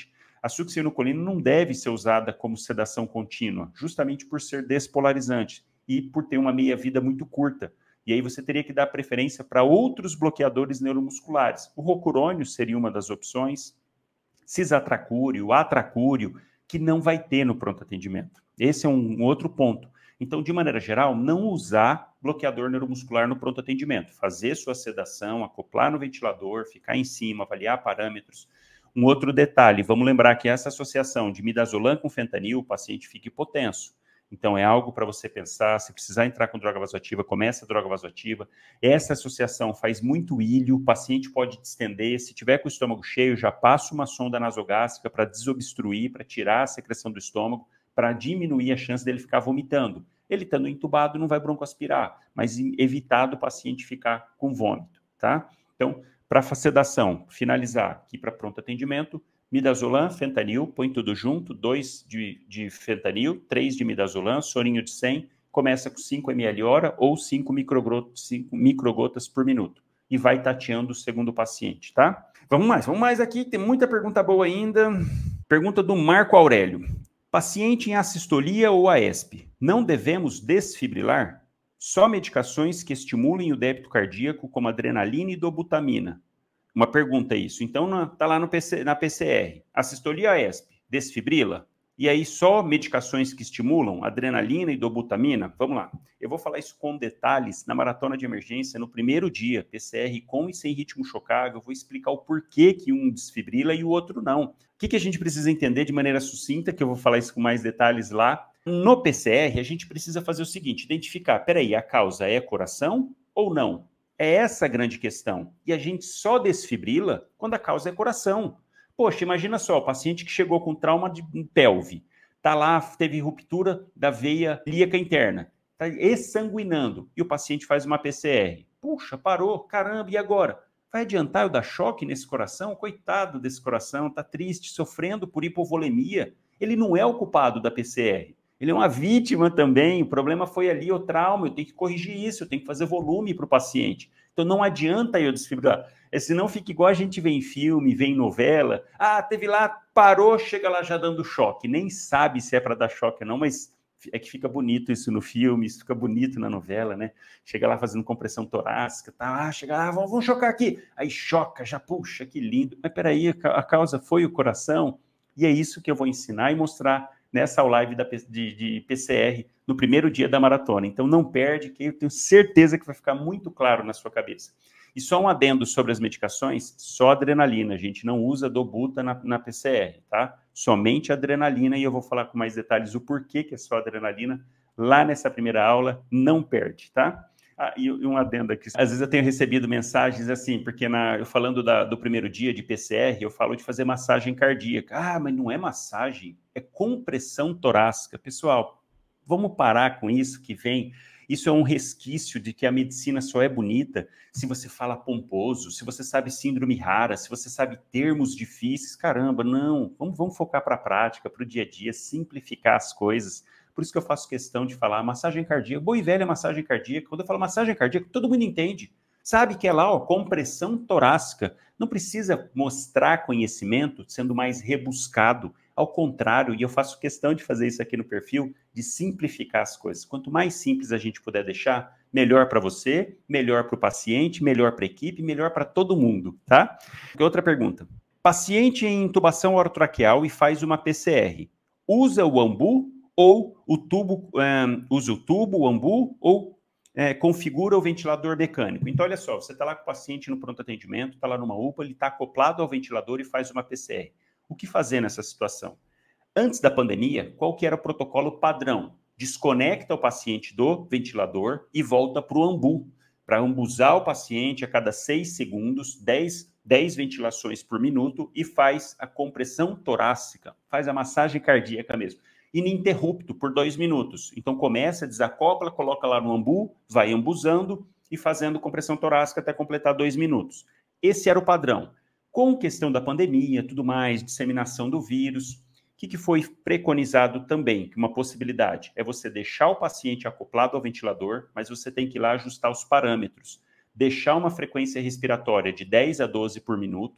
A succinilcolina não deve ser usada como sedação contínua, justamente por ser despolarizante e por ter uma meia-vida muito curta. E aí você teria que dar preferência para outros bloqueadores neuromusculares. O rocurônio seria uma das opções, cisatracúrio, atracúrio, que não vai ter no pronto atendimento. Esse é um outro ponto. Então, de maneira geral, não usar bloqueador neuromuscular no pronto atendimento. Fazer sua sedação, acoplar no ventilador, ficar em cima, avaliar parâmetros. Um outro detalhe, vamos lembrar que essa associação de midazolam com fentanil, o paciente fica hipotenso. Então, é algo para você pensar, se precisar entrar com droga vasoativa, começa a droga vasoativa. Essa associação faz muito ilho, o paciente pode distender, se tiver com o estômago cheio, já passa uma sonda nasogástrica para desobstruir, para tirar a secreção do estômago, para diminuir a chance dele ficar vomitando. Ele estando entubado não vai broncoaspirar, mas evitar do paciente ficar com vômito, tá? Então, para sedação, finalizar aqui para pronto atendimento, midazolam, fentanil, põe tudo junto, dois de, de fentanil, três de midazolam, sorinho de cem, começa com cinco mililitros hora ou cinco microgotas, cinco microgotas por minuto. E vai tateando o segundo paciente, tá? Vamos mais, vamos mais aqui, tem muita pergunta boa ainda. Pergunta do Marco Aurélio. Paciente em assistolia ou A E S P, não devemos desfibrilar? Só medicações que estimulem o débito cardíaco, como adrenalina e dobutamina. Uma pergunta isso. Então, está lá no P C, na P C R. Assistolia A E S P, desfibrila? E aí, só medicações que estimulam adrenalina e dobutamina? Vamos lá. Eu vou falar isso com detalhes na maratona de emergência no primeiro dia, P C R com e sem ritmo chocável. Eu vou explicar o porquê que um desfibrila e o outro não. O que, que a gente precisa entender de maneira sucinta, que eu vou falar isso com mais detalhes lá. No P C R, a gente precisa fazer o seguinte, identificar, peraí, a causa é coração ou não? É essa a grande questão. E a gente só desfibrila quando a causa é coração. Poxa, imagina só, o paciente que chegou com trauma de pelve, tá lá, teve ruptura da veia ilíaca interna, tá exsanguinando, e o paciente faz uma P C R. Puxa, parou, caramba, e agora? Vai adiantar eu dar choque nesse coração? Coitado desse coração, tá triste, sofrendo por hipovolemia. Ele não é o culpado da P C R. Ele é uma vítima também, o problema foi ali o trauma, eu tenho que corrigir isso, eu tenho que fazer volume para o paciente. Então não adianta eu desfibrilar, é, senão fica igual a gente vê em filme, vê em novela, ah, teve lá, parou, chega lá já dando choque, nem sabe se é para dar choque ou não, mas é que fica bonito isso no filme, isso fica bonito na novela, né? Chega lá fazendo compressão torácica, tá, ah, chega lá, vamos, vamos chocar aqui, aí choca, já puxa, que lindo, mas peraí, a causa foi o coração, e é isso que eu vou ensinar e mostrar nessa live da, de, de P C R no primeiro dia da maratona. Então não perde, que eu tenho certeza que vai ficar muito claro na sua cabeça. E só um adendo sobre as medicações, só adrenalina, a gente não usa dobuta na, na P C R, tá? Somente adrenalina, e eu vou falar com mais detalhes o porquê que é só adrenalina lá nessa primeira aula, não perde, tá? Ah, e um adendo aqui. Às vezes eu tenho recebido mensagens assim, porque na, eu falando da, do primeiro dia de P C R, eu falo de fazer massagem cardíaca. Ah, mas não é massagem, é compressão torácica. Pessoal, vamos parar com isso que vem. Isso é um resquício de que a medicina só é bonita se você fala pomposo, se você sabe síndrome rara, se você sabe termos difíceis. Caramba, não. Vamos, vamos focar para a prática, para o dia a dia, simplificar as coisas. Por isso que eu faço questão de falar massagem cardíaca, boa e velha massagem cardíaca. Quando eu falo massagem cardíaca, todo mundo entende. Sabe que é lá, ó, compressão torácica. Não precisa mostrar conhecimento sendo mais rebuscado. Ao contrário, e eu faço questão de fazer isso aqui no perfil, de simplificar as coisas. Quanto mais simples a gente puder deixar, melhor para você, melhor para o paciente, melhor para a equipe, melhor para todo mundo, tá? Outra pergunta. Paciente em intubação orotraqueal e faz uma P C R. Usa o ambu ou o tubo, um, usa o tubo, o ambu, ou é, configura o ventilador mecânico. Então, olha só, você está lá com o paciente no pronto atendimento, está lá numa U P A, ele está acoplado ao ventilador e faz uma P C R. O que fazer nessa situação? Antes da pandemia, qual que era o protocolo padrão? Desconecta o paciente do ventilador e volta para o ambu, para ambuzar o paciente a cada seis segundos, dez, dez ventilações por minuto e faz a compressão torácica, faz a massagem cardíaca mesmo. Ininterrupto por dois minutos. Então começa, desacopla, coloca lá no ambu, vai ambuzando e fazendo compressão torácica até completar dois minutos. Esse era o padrão. Com questão da pandemia, tudo mais, disseminação do vírus, o que, que foi preconizado também? Que uma possibilidade é você deixar o paciente acoplado ao ventilador, mas você tem que ir lá ajustar os parâmetros. Deixar uma frequência respiratória de dez a doze por minuto,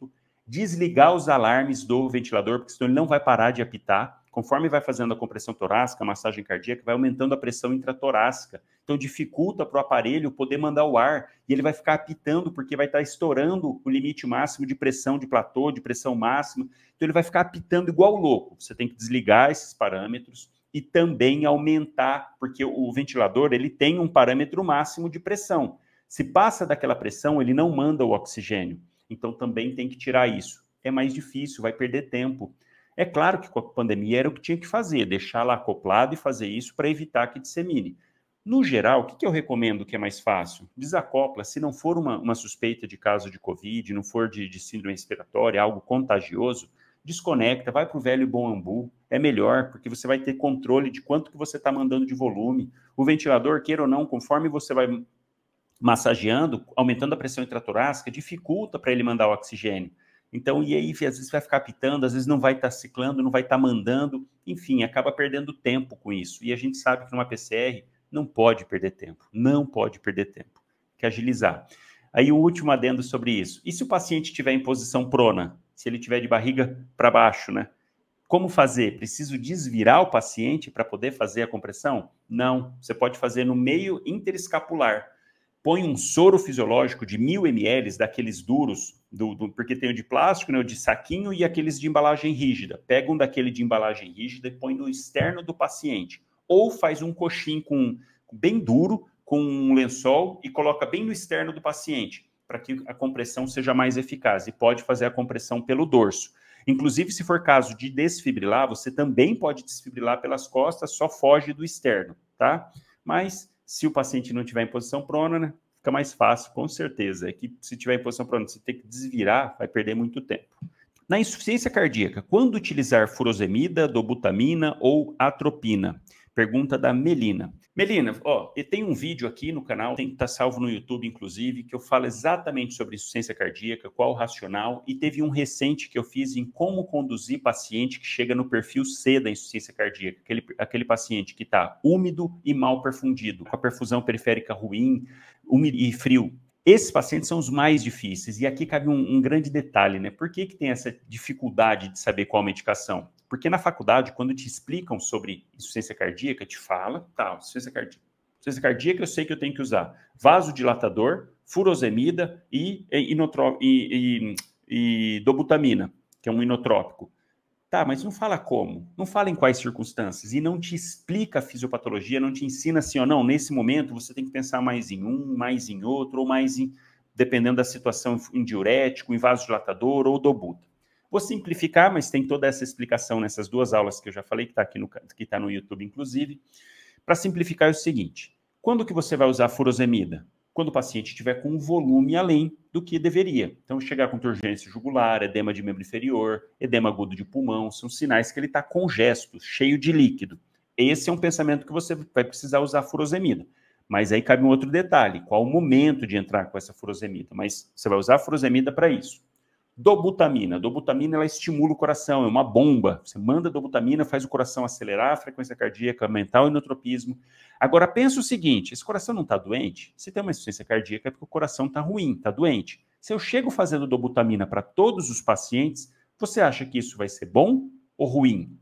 desligar os alarmes do ventilador, porque senão ele não vai parar de apitar. Conforme vai fazendo a compressão torácica, a massagem cardíaca, vai aumentando a pressão intratorácica. Então, dificulta para o aparelho poder mandar o ar e ele vai ficar apitando porque vai estar estourando o limite máximo de pressão de platô, de pressão máxima. Então, ele vai ficar apitando igual louco. Você tem que desligar esses parâmetros e também aumentar, porque o ventilador ele tem um parâmetro máximo de pressão. Se passa daquela pressão, ele não manda o oxigênio. Então, também tem que tirar isso. É mais difícil, vai perder tempo. É claro que com a pandemia era o que tinha que fazer, deixar lá acoplado e fazer isso para evitar que dissemine. No geral, o que, que eu recomendo que é mais fácil? Desacopla, se não for uma, uma suspeita de caso de Covid, não for de, de síndrome respiratória, algo contagioso, desconecta, vai para o velho e bom ambu, é melhor, porque você vai ter controle de quanto que você está mandando de volume. O ventilador, queira ou não, conforme você vai massageando, aumentando a pressão intratorácica, dificulta para ele mandar o oxigênio. Então, e aí, às vezes vai ficar apitando, às vezes não vai estar tá ciclando, não vai estar tá mandando, enfim, acaba perdendo tempo com isso. E a gente sabe que numa P C R não pode perder tempo, não pode perder tempo, tem que agilizar. Aí o último adendo sobre isso. E se o paciente estiver em posição prona, se ele estiver de barriga para baixo, né? Como fazer? Preciso desvirar o paciente para poder fazer a compressão? Não, você pode fazer no meio interescapular. Põe um soro fisiológico de mil mililitros, daqueles duros, do, do, porque tem o de plástico, né, o de saquinho e aqueles de embalagem rígida. Pega um daquele de embalagem rígida e põe no externo do paciente. Ou faz um coxim com, bem duro, com um lençol e coloca bem no externo do paciente, para que a compressão seja mais eficaz. E pode fazer a compressão pelo dorso. Inclusive, se for caso de desfibrilar, você também pode desfibrilar pelas costas, só foge do externo, tá? Mas se o paciente não estiver em posição prona, né, fica mais fácil, com certeza. É que se estiver em posição prona, você tem que desvirar, vai perder muito tempo. Na insuficiência cardíaca, quando utilizar furosemida, dobutamina ou atropina? Pergunta da Melina. Melina, ó, eu tenho um vídeo aqui no canal, tem que estar salvo no YouTube, inclusive, que eu falo exatamente sobre insuficiência cardíaca, qual o racional, e teve um recente que eu fiz em como conduzir paciente que chega no perfil C da insuficiência cardíaca, aquele, aquele paciente que está úmido e mal perfundido, com a perfusão periférica ruim, úmido e frio. Esses pacientes são os mais difíceis, e aqui cabe um, um grande detalhe, né? Por que que tem essa dificuldade de saber qual medicação? Porque na faculdade, quando te explicam sobre insuficiência cardíaca, te fala, tá, insuficiência cardíaca. Insuficiência cardíaca eu sei que eu tenho que usar vasodilatador, furosemida e, e, inotro, e, e, e dobutamina, que é um inotrópico. Tá, mas não fala como, não fala em quais circunstâncias, e não te explica a fisiopatologia, não te ensina assim, ou não, nesse momento você tem que pensar mais em um, mais em outro, ou mais em, dependendo da situação, em diurético, em vasodilatador ou dobuta. Vou simplificar, mas tem toda essa explicação nessas duas aulas que eu já falei, que está aqui no, que tá no YouTube, inclusive. Para simplificar é o seguinte, quando que você vai usar a furosemida? Quando o paciente estiver com um volume além do que deveria. Então, chegar com turgência jugular, edema de membro inferior, edema agudo de pulmão, são sinais que ele está congesto, cheio de líquido. Esse é um pensamento que você vai precisar usar a furosemida. Mas aí cabe um outro detalhe, qual o momento de entrar com essa furosemida. Mas você vai usar a furosemida para isso. Dobutamina. Dobutamina, ela estimula o coração, é uma bomba. Você manda dobutamina, faz o coração acelerar, a frequência cardíaca, aumentar o inotropismo. Agora, pensa o seguinte, esse coração não está doente? Se tem uma insuficiência cardíaca é porque o coração está ruim, está doente. Se eu chego fazendo dobutamina para todos os pacientes, você acha que isso vai ser bom ou ruim?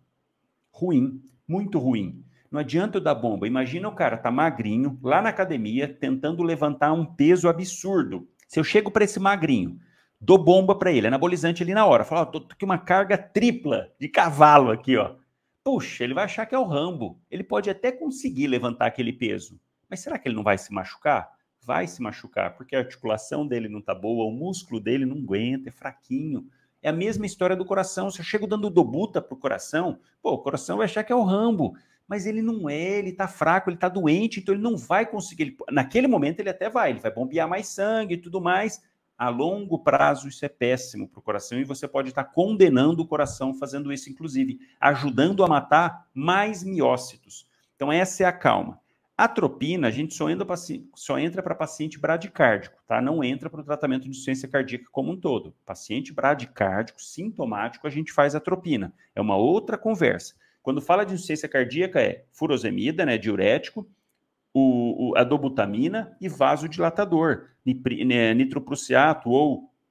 Ruim, muito ruim. Não adianta eu dar bomba. Imagina o cara tá magrinho, lá na academia, tentando levantar um peso absurdo. Se eu chego para esse magrinho, dou bomba para ele, anabolizante ali na hora. Fala, ó, tô, tô com uma carga tripla de cavalo aqui, ó. Puxa, ele vai achar que é o Rambo. Ele pode até conseguir levantar aquele peso. Mas será que ele não vai se machucar? Vai se machucar, porque a articulação dele não tá boa, o músculo dele não aguenta, é fraquinho. É a mesma história do coração. Se eu chego dando dobuta pro coração, pô, o coração vai achar que é o Rambo. Mas ele não é, ele tá fraco, ele tá doente, então ele não vai conseguir. Ele, naquele momento ele até vai, ele vai bombear mais sangue e tudo mais. A longo prazo, isso é péssimo para o coração e você pode estar condenando o coração fazendo isso, inclusive, ajudando a matar mais miócitos. Então, essa é a calma. A atropina, a gente só entra, só entra para paciente bradicárdico, tá? Não entra para o tratamento de insuficiência cardíaca como um todo. Paciente bradicárdico, sintomático, a gente faz atropina. É uma outra conversa. Quando fala de insuficiência cardíaca, é furosemida, né, diurético, O, o, a dobutamina e vasodilatador, nitroprussiato ou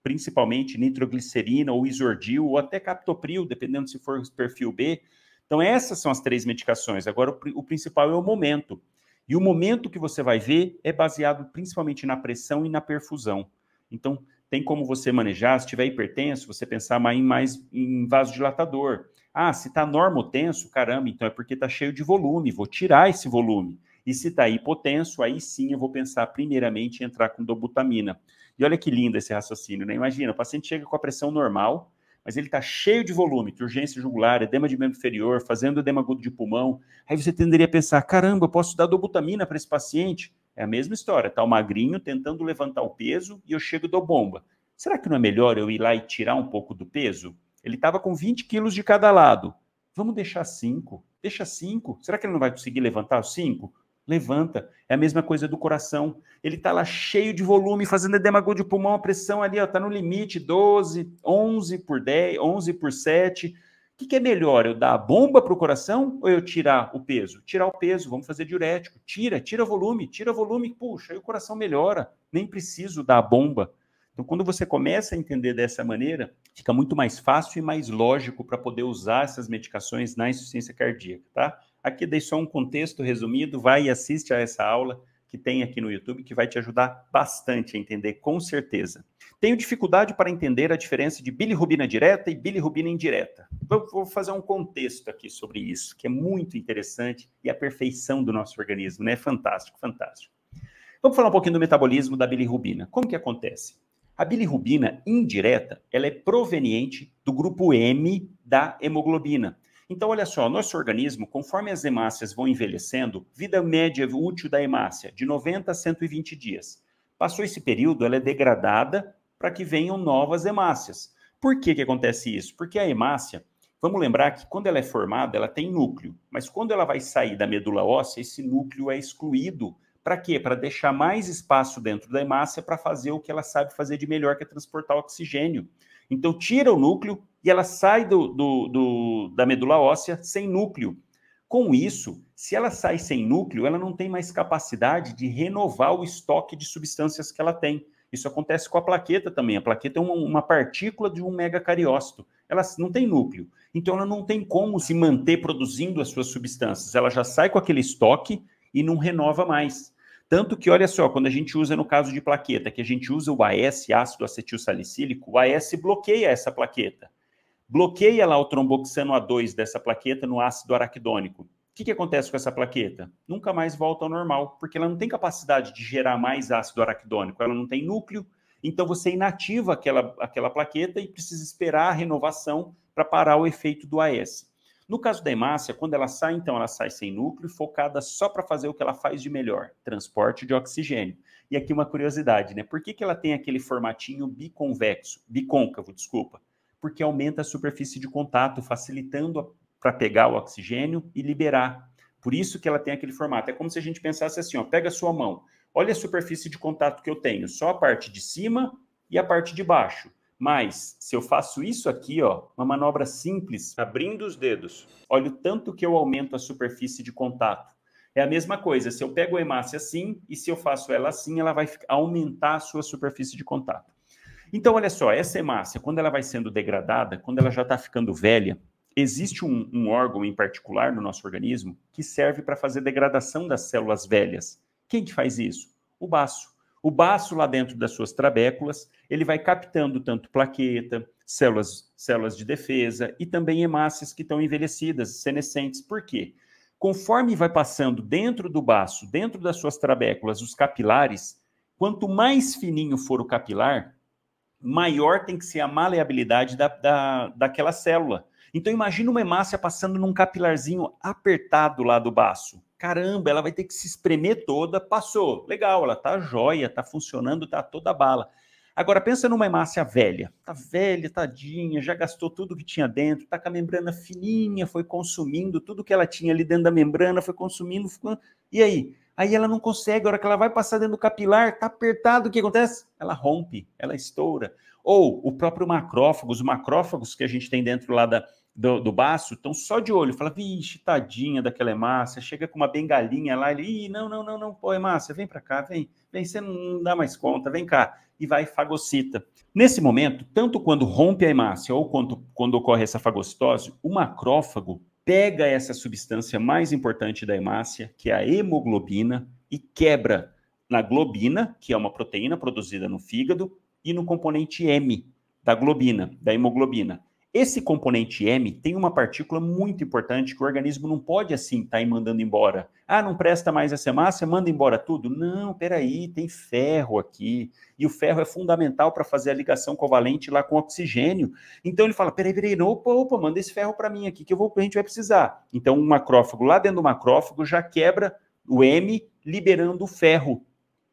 principalmente nitroglicerina ou isordil, ou até captopril, dependendo se for perfil B. Então, essas são as três medicações. Agora, o, o principal é o momento. E o momento que você vai ver é baseado principalmente na pressão e na perfusão. Então, tem como você manejar, se tiver hipertenso, você pensar mais em, mais em vasodilatador. Ah, se está normotenso, caramba, então é porque está cheio de volume, vou tirar esse volume. E se está hipotenso, aí sim eu vou pensar primeiramente em entrar com dobutamina. E olha que lindo esse raciocínio, né? Imagina, o paciente chega com a pressão normal, mas ele está cheio de volume, urgência jugular, edema de membro inferior, fazendo edema agudo de pulmão. Aí você tenderia a pensar, caramba, eu posso dar dobutamina para esse paciente? É a mesma história, está o magrinho tentando levantar o peso e eu chego e dou bomba. Será que não é melhor eu ir lá e tirar um pouco do peso? Ele estava com vinte quilos de cada lado. Vamos deixar cinco. Deixa cinco. Será que ele não vai conseguir levantar os cinco? Levanta. É a mesma coisa do coração. Ele está lá cheio de volume, fazendo edema agudo de pulmão, a pressão ali está no limite, doze, onze por dez, onze por sete. O que, que é melhor? Eu dar a bomba para o coração ou eu tirar o peso? Tirar o peso, vamos fazer diurético. Tira, tira volume, tira volume, puxa, aí o coração melhora. Nem preciso dar a bomba. Então, quando você começa a entender dessa maneira, fica muito mais fácil e mais lógico para poder usar essas medicações na insuficiência cardíaca, tá? Aqui dei só um contexto resumido, vai e assiste a essa aula que tem aqui no YouTube, que vai te ajudar bastante a entender, com certeza. Tenho dificuldade para entender a diferença de bilirrubina direta e bilirrubina indireta. Eu vou fazer um contexto aqui sobre isso, que é muito interessante, e a perfeição do nosso organismo, né? Fantástico, fantástico. Vamos falar um pouquinho do metabolismo da bilirrubina. Como que acontece? A bilirrubina indireta, ela é proveniente do grupo M da hemoglobina. Então, olha só, nosso organismo, conforme as hemácias vão envelhecendo, vida média útil da hemácia, de noventa a cento e vinte dias. Passou esse período, ela é degradada para que venham novas hemácias. Por que que acontece isso? Porque a hemácia, vamos lembrar que quando ela é formada, ela tem núcleo, mas quando ela vai sair da medula óssea, esse núcleo é excluído. Para quê? Para deixar mais espaço dentro da hemácia para fazer o que ela sabe fazer de melhor, que é transportar oxigênio. Então, tira o núcleo e ela sai do, do, do, da medula óssea sem núcleo. Com isso, se ela sai sem núcleo, ela não tem mais capacidade de renovar o estoque de substâncias que ela tem. Isso acontece com a plaqueta também. A plaqueta é uma, uma partícula de um megacariócito. Ela não tem núcleo. Então, ela não tem como se manter produzindo as suas substâncias. Ela já sai com aquele estoque e não renova mais. Tanto que, olha só, quando a gente usa no caso de plaqueta, que a gente usa o A S, ácido acetil salicílico, o A S bloqueia essa plaqueta. Bloqueia lá o tromboxano A dois dessa plaqueta no ácido araquidônico. O que, que acontece com essa plaqueta? Nunca mais volta ao normal, porque ela não tem capacidade de gerar mais ácido araquidônico, ela não tem núcleo, então você inativa aquela, aquela plaqueta e precisa esperar a renovação para parar o efeito do A S. No caso da hemácia, quando ela sai, então ela sai sem núcleo, focada só para fazer o que ela faz de melhor, transporte de oxigênio. E aqui uma curiosidade, né? Por que que ela tem aquele formatinho biconvexo, bicôncavo, desculpa? Porque aumenta a superfície de contato, facilitando para pegar o oxigênio e liberar. Por isso que ela tem aquele formato. É como se a gente pensasse assim, ó, pega a sua mão, olha a superfície de contato que eu tenho, só a parte de cima e a parte de baixo. Mas, se eu faço isso aqui, ó, uma manobra simples, abrindo os dedos, olha o tanto que eu aumento a superfície de contato. É a mesma coisa, se eu pego a hemácia assim, e se eu faço ela assim, ela vai aumentar a sua superfície de contato. Então, olha só, essa hemácia, quando ela vai sendo degradada, quando ela já está ficando velha, existe um, um órgão em particular no nosso organismo que serve para fazer degradação das células velhas. Quem que faz isso? O baço. O baço, lá dentro das suas trabéculas, ele vai captando tanto plaqueta, células, células de defesa e também hemácias que estão envelhecidas, senescentes. Por quê? Conforme vai passando dentro do baço, dentro das suas trabéculas, os capilares, quanto mais fininho for o capilar, maior tem que ser a maleabilidade da, da, daquela célula. Então, imagina uma hemácia passando num capilarzinho apertado lá do baço. Caramba, ela vai ter que se espremer toda, passou. Legal, ela tá jóia, tá funcionando, tá toda bala. Agora, pensa numa hemácia velha. Tá velha, tadinha, já gastou tudo que tinha dentro, tá com a membrana fininha, foi consumindo tudo que ela tinha ali dentro da membrana, foi consumindo. Ficou... E aí? Aí ela não consegue, a hora que ela vai passar dentro do capilar, tá apertado, o que acontece? Ela rompe, ela estoura. Ou o próprio macrófago, os macrófagos que a gente tem dentro lá da, do, do baço, estão só de olho, fala, vixe, tadinha daquela hemácia, chega com uma bengalinha lá, ele, ih, não, não, não, não, pô, hemácia, vem pra cá, vem, vem, você não dá mais conta, vem cá. e vai fagocita. Nesse momento, tanto quando rompe a hemácia ou quando, quando ocorre essa fagocitose, o macrófago pega essa substância mais importante da hemácia, que é a hemoglobina, e quebra na globina, que é uma proteína produzida no fígado, e no componente M da globina, da hemoglobina. Esse componente M tem uma partícula muito importante que o organismo não pode assim estar tá mandando embora. Ah, não presta mais essa hemácia, manda embora tudo? Não, peraí, tem ferro aqui. E o ferro é fundamental para fazer a ligação covalente lá com o oxigênio. Então ele fala, peraí, peraí, opa, opa, manda esse ferro para mim aqui que eu vou, a gente vai precisar. Então o macrófago, lá dentro do macrófago, já quebra o M, liberando o ferro.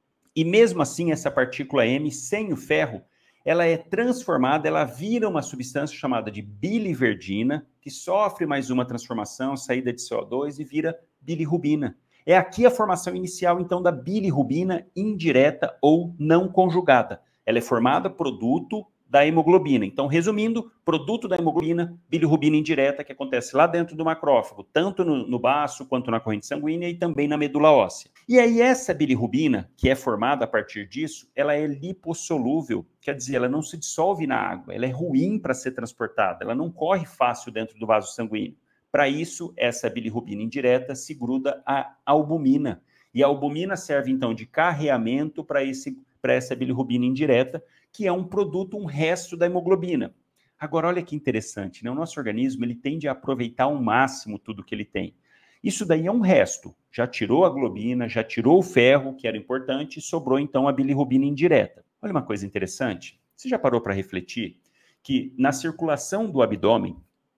E mesmo assim, essa partícula M, sem o ferro, ela é transformada, ela vira uma substância chamada de biliverdina, que sofre mais uma transformação, saída de C O dois, e vira bilirrubina. É aqui a formação inicial, então, da bilirrubina indireta ou não conjugada. Ela é formada produto da hemoglobina. Então, resumindo, produto da hemoglobina, bilirrubina indireta, que acontece lá dentro do macrófago, tanto no, no baço quanto na corrente sanguínea e também na medula óssea. E aí essa bilirrubina, que é formada a partir disso, ela é lipossolúvel, quer dizer, ela não se dissolve na água, ela é ruim para ser transportada, ela não corre fácil dentro do vaso sanguíneo. Para isso, essa bilirrubina indireta se gruda à albumina. E a albumina serve, então, de carreamento para esse para essa bilirrubina indireta, que é um produto, um resto da hemoglobina. Agora, olha que interessante, né? O nosso organismo ele tende a aproveitar ao máximo tudo que ele tem. Isso daí é um resto. Já tirou a globina, já tirou o ferro, que era importante, e sobrou, então, a bilirrubina indireta. Olha uma coisa interessante. Você já parou para refletir que na circulação do abdômen,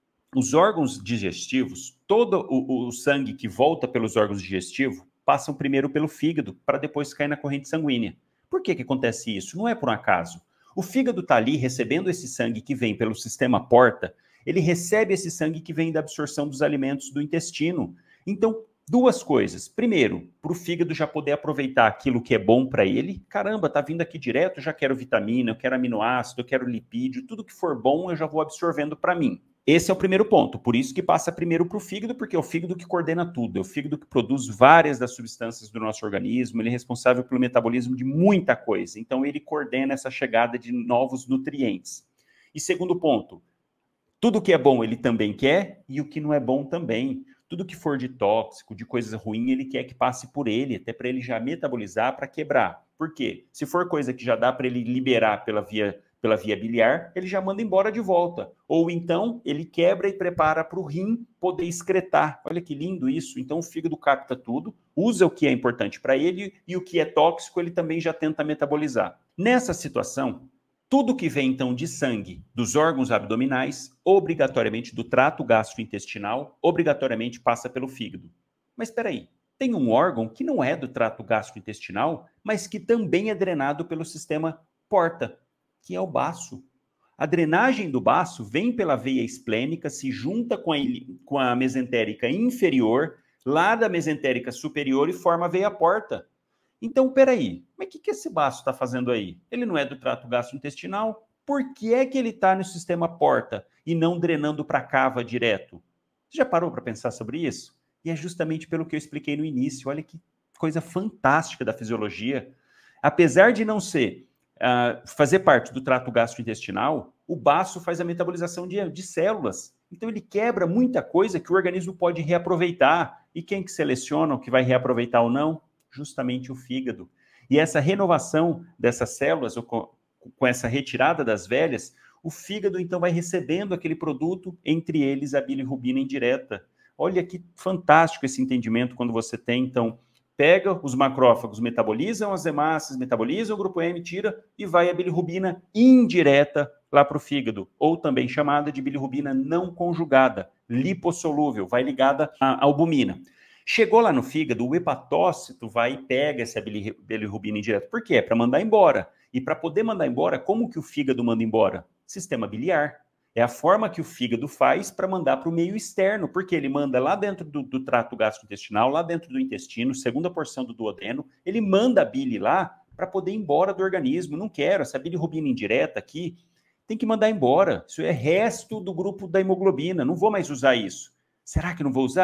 os órgãos digestivos, todo o, o sangue que volta pelos órgãos digestivos, passam primeiro pelo fígado, para depois cair na corrente sanguínea. Por que que acontece isso? Não é por um acaso. O fígado está ali recebendo esse sangue que vem pelo sistema porta, ele recebe esse sangue que vem da absorção dos alimentos do intestino. Então, duas coisas. Primeiro, para o fígado já poder aproveitar aquilo que é bom para ele. Caramba, tá vindo aqui direto, eu já quero vitamina, eu quero aminoácido, eu quero lipídio, tudo que for bom eu já vou absorvendo para mim. Esse é o primeiro ponto, por isso que passa primeiro para o fígado, porque é o fígado que coordena tudo, é o fígado que produz várias das substâncias do nosso organismo, ele é responsável pelo metabolismo de muita coisa, então ele coordena essa chegada de novos nutrientes. E segundo ponto, tudo que é bom ele também quer, e o que não é bom também. Tudo que for de tóxico, de coisa ruim, ele quer que passe por ele, até para ele já metabolizar, para quebrar. Por quê? Se for coisa que já dá para ele liberar pela via pela via biliar, ele já manda embora de volta. Ou então, ele quebra e prepara para o rim poder excretar. Olha que lindo isso. Então, o fígado capta tudo, usa o que é importante para ele e o que é tóxico, ele também já tenta metabolizar. Nessa situação, tudo que vem, então, de sangue dos órgãos abdominais, obrigatoriamente do trato gastrointestinal, obrigatoriamente passa pelo fígado. Mas espera aí, tem um órgão que não é do trato gastrointestinal, mas que também é drenado pelo sistema porta, que é o baço. A drenagem do baço vem pela veia esplênica, se junta com a, com a mesentérica inferior, lá da mesentérica superior e forma a veia porta. Então, peraí, mas o que, que esse baço está fazendo aí? Ele não é do trato gastrointestinal? Por que é que ele está no sistema porta e não drenando para a cava direto? Você já parou para pensar sobre isso? E é justamente pelo que eu expliquei no início. Olha que coisa fantástica da fisiologia. Apesar de não ser Uh, fazer parte do trato gastrointestinal, o baço faz a metabolização de, de células. Então ele quebra muita coisa que o organismo pode reaproveitar. E quem que seleciona o que vai reaproveitar ou não? Justamente o fígado. E essa renovação dessas células, com, com essa retirada das velhas, o fígado então vai recebendo aquele produto, entre eles a bilirrubina indireta. Olha que fantástico esse entendimento quando você tem, então, pega os macrófagos, metabolizam as hemácias, metabolizam o grupo M, tira e vai a bilirrubina indireta lá para o fígado, ou também chamada de bilirrubina não conjugada, lipossolúvel, vai ligada à albumina. Chegou lá no fígado, o hepatócito vai e pega essa bilirrubina indireta. Por quê? É para mandar embora. E para poder mandar embora, como que o fígado manda embora? Sistema biliar. É a forma que o fígado faz para mandar para o meio externo, porque ele manda lá dentro do, do trato gastrointestinal, lá dentro do intestino, segunda porção do duodeno, ele manda a bile lá para poder ir embora do organismo. Não quero, essa bilirrubina indireta aqui, tem que mandar embora. Isso é resto do grupo da hemoglobina, não vou mais usar isso. Será que não vou usar?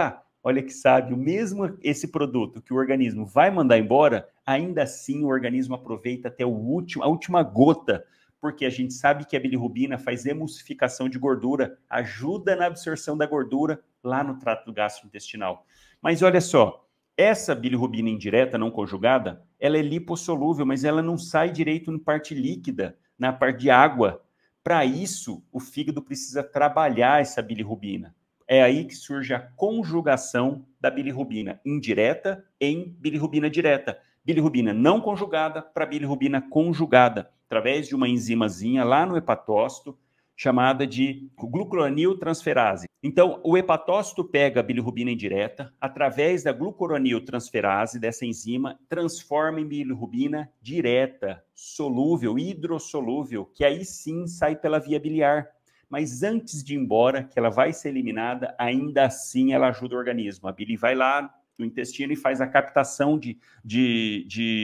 olha que sabe, o mesmo esse produto que o organismo vai mandar embora, ainda assim o organismo aproveita até o último, a última gota, porque a gente sabe que a bilirrubina faz emulsificação de gordura, ajuda na absorção da gordura lá no trato gastrointestinal. Mas olha só, essa bilirrubina indireta, não conjugada, ela é lipossolúvel, mas ela não sai direito na parte líquida, na parte de água. Para isso, o fígado precisa trabalhar essa bilirrubina. É aí que surge a conjugação da bilirrubina indireta em bilirrubina direta. Bilirrubina não conjugada para bilirrubina conjugada, através de uma enzimazinha lá no hepatócito, chamada de glucuroniltransferase. Então, o hepatócito pega a bilirrubina indireta, através da glucuroniltransferase, dessa enzima, transforma em bilirrubina direta, solúvel, hidrossolúvel, que aí sim sai pela via biliar. Mas antes de ir embora, que ela vai ser eliminada, ainda assim ela ajuda o organismo. A bili vai lá no intestino e faz a captação de, de,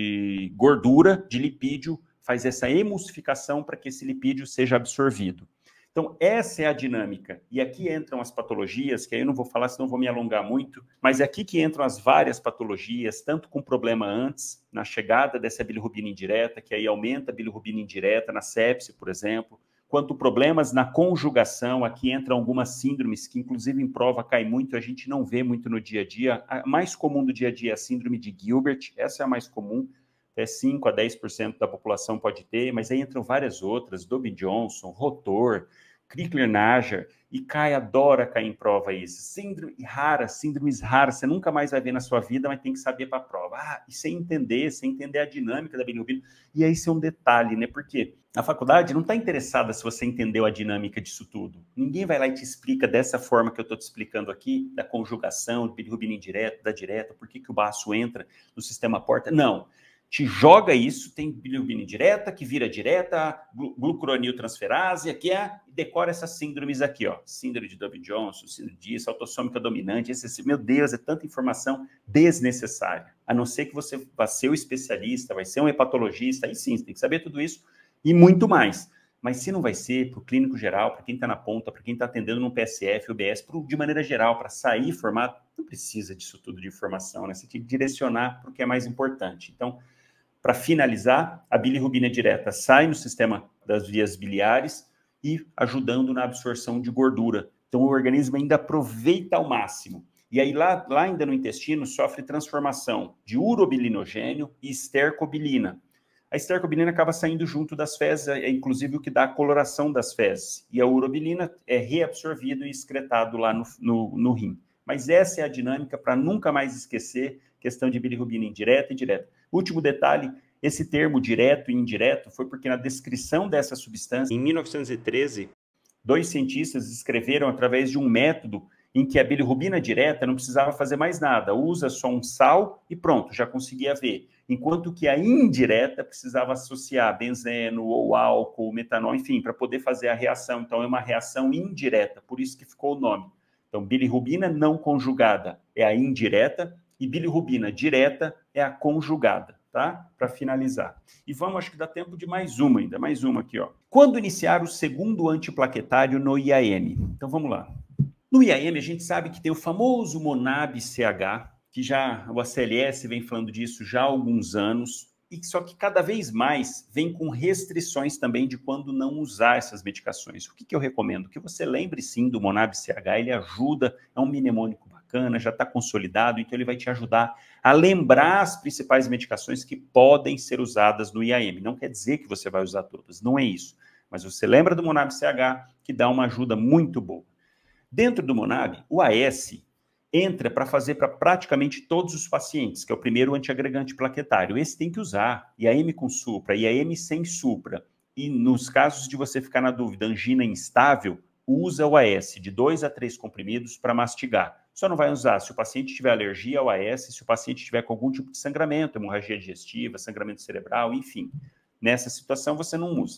de gordura, de lipídio, faz essa emulsificação para que esse lipídio seja absorvido. Então, essa é a dinâmica. E aqui entram as patologias, que aí eu não vou falar, senão vou me alongar muito, mas é aqui que entram as várias patologias, tanto com problema antes, na chegada dessa bilirrubina indireta, que aí aumenta a bilirrubina indireta, na sepse, por exemplo, quanto problemas na conjugação, aqui entram algumas síndromes, que inclusive em prova cai muito, a gente não vê muito no dia a dia. A mais comum do dia a dia é a síndrome de Gilbert, essa é a mais comum, até cinco a dez por cento da população pode ter, mas aí entram várias outras, Dobby-Johnson, Rotor, Crigler-Najjar, e cai, adora cair em prova isso. Síndrome rara, síndromes raras, você nunca mais vai ver na sua vida, mas tem que saber para a prova. Ah, e sem entender, sem entender a dinâmica da bilirrubina. E aí isso é um detalhe, né? Porque a faculdade não está interessada se você entendeu a dinâmica disso tudo. Ninguém vai lá e te explica dessa forma que eu estou te explicando aqui, da conjugação, de bilirrubina indireta, da direta, por que, que o baço entra no sistema porta. Não. Te joga isso, tem bilirrubina indireta, que vira direta, glucuroniltransferase, aqui é, e decora essas síndromes aqui, ó. Síndrome de Dobby-Johnson, síndrome disso, autossômica dominante, esse, meu Deus, é tanta informação desnecessária. A não ser que você vá ser o especialista, vai ser um hepatologista, aí sim, você tem que saber tudo isso e muito mais. Mas se não vai ser para o clínico geral, para quem está na ponta, para quem está atendendo no P S F, U B S, pro, de maneira geral, para sair formado, não precisa disso tudo de informação, né? Você tem que direcionar para o que é mais importante. Então, para finalizar, a bilirrubina direta sai no sistema das vias biliares e ajudando na absorção de gordura. Então, o organismo ainda aproveita ao máximo. E aí, lá, lá ainda no intestino, sofre transformação de urobilinogênio e estercobilina. A estercobilina acaba saindo junto das fezes, é inclusive o que dá a coloração das fezes. E a urobilina é reabsorvido e excretado lá no, no, no rim. Mas essa é a dinâmica para nunca mais esquecer questão de bilirrubina indireta e direta. Último detalhe, esse termo direto e indireto foi porque na descrição dessa substância, em mil novecentos e treze, dois cientistas escreveram através de um método em que a bilirrubina direta não precisava fazer mais nada, usa só um sal e pronto, já conseguia ver. Enquanto que a indireta precisava associar benzeno ou álcool, metanol, enfim, para poder fazer a reação. Então, é uma reação indireta, por isso que ficou o nome. Então, bilirrubina não conjugada é a indireta e bilirrubina direta é a conjugada, tá? Para finalizar. E vamos, acho que dá tempo de mais uma ainda, mais uma aqui, ó. Quando iniciar o segundo antiplaquetário no I A M? Então, vamos lá. No I A M, a gente sabe que tem o famoso Monab-C H, que já o A C L S vem falando disso já há alguns anos, e só que cada vez mais vem com restrições também de quando não usar essas medicações. O que, que eu recomendo? Que você lembre sim do Monab-C H, ele ajuda, é um mnemônico bacana, já está consolidado, então ele vai te ajudar a lembrar as principais medicações que podem ser usadas no I A M. Não quer dizer que você vai usar todas, não é isso. Mas você lembra do Monab-C H, que dá uma ajuda muito boa. Dentro do Monab, o A S entra para fazer para praticamente todos os pacientes, que é o primeiro antiagregante plaquetário. Esse tem que usar, I A M com supra, I A M sem supra. E nos casos de você ficar na dúvida, angina instável, usa o A S de dois a três comprimidos para mastigar. Só não vai usar se o paciente tiver alergia ao A S, se o paciente tiver com algum tipo de sangramento, hemorragia digestiva, sangramento cerebral, enfim. Nessa situação você não usa.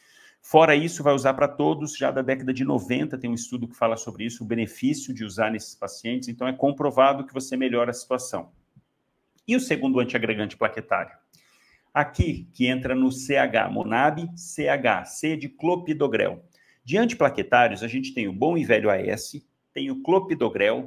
Fora isso, vai usar para todos, já da década de noventa, tem um estudo que fala sobre isso, o benefício de usar nesses pacientes, então é comprovado que você melhora a situação. E o segundo antiagregante plaquetário? Aqui, que entra no C H, Monab-C H, C de clopidogrel. De antiplaquetários, a gente tem o bom e velho A S, tem o clopidogrel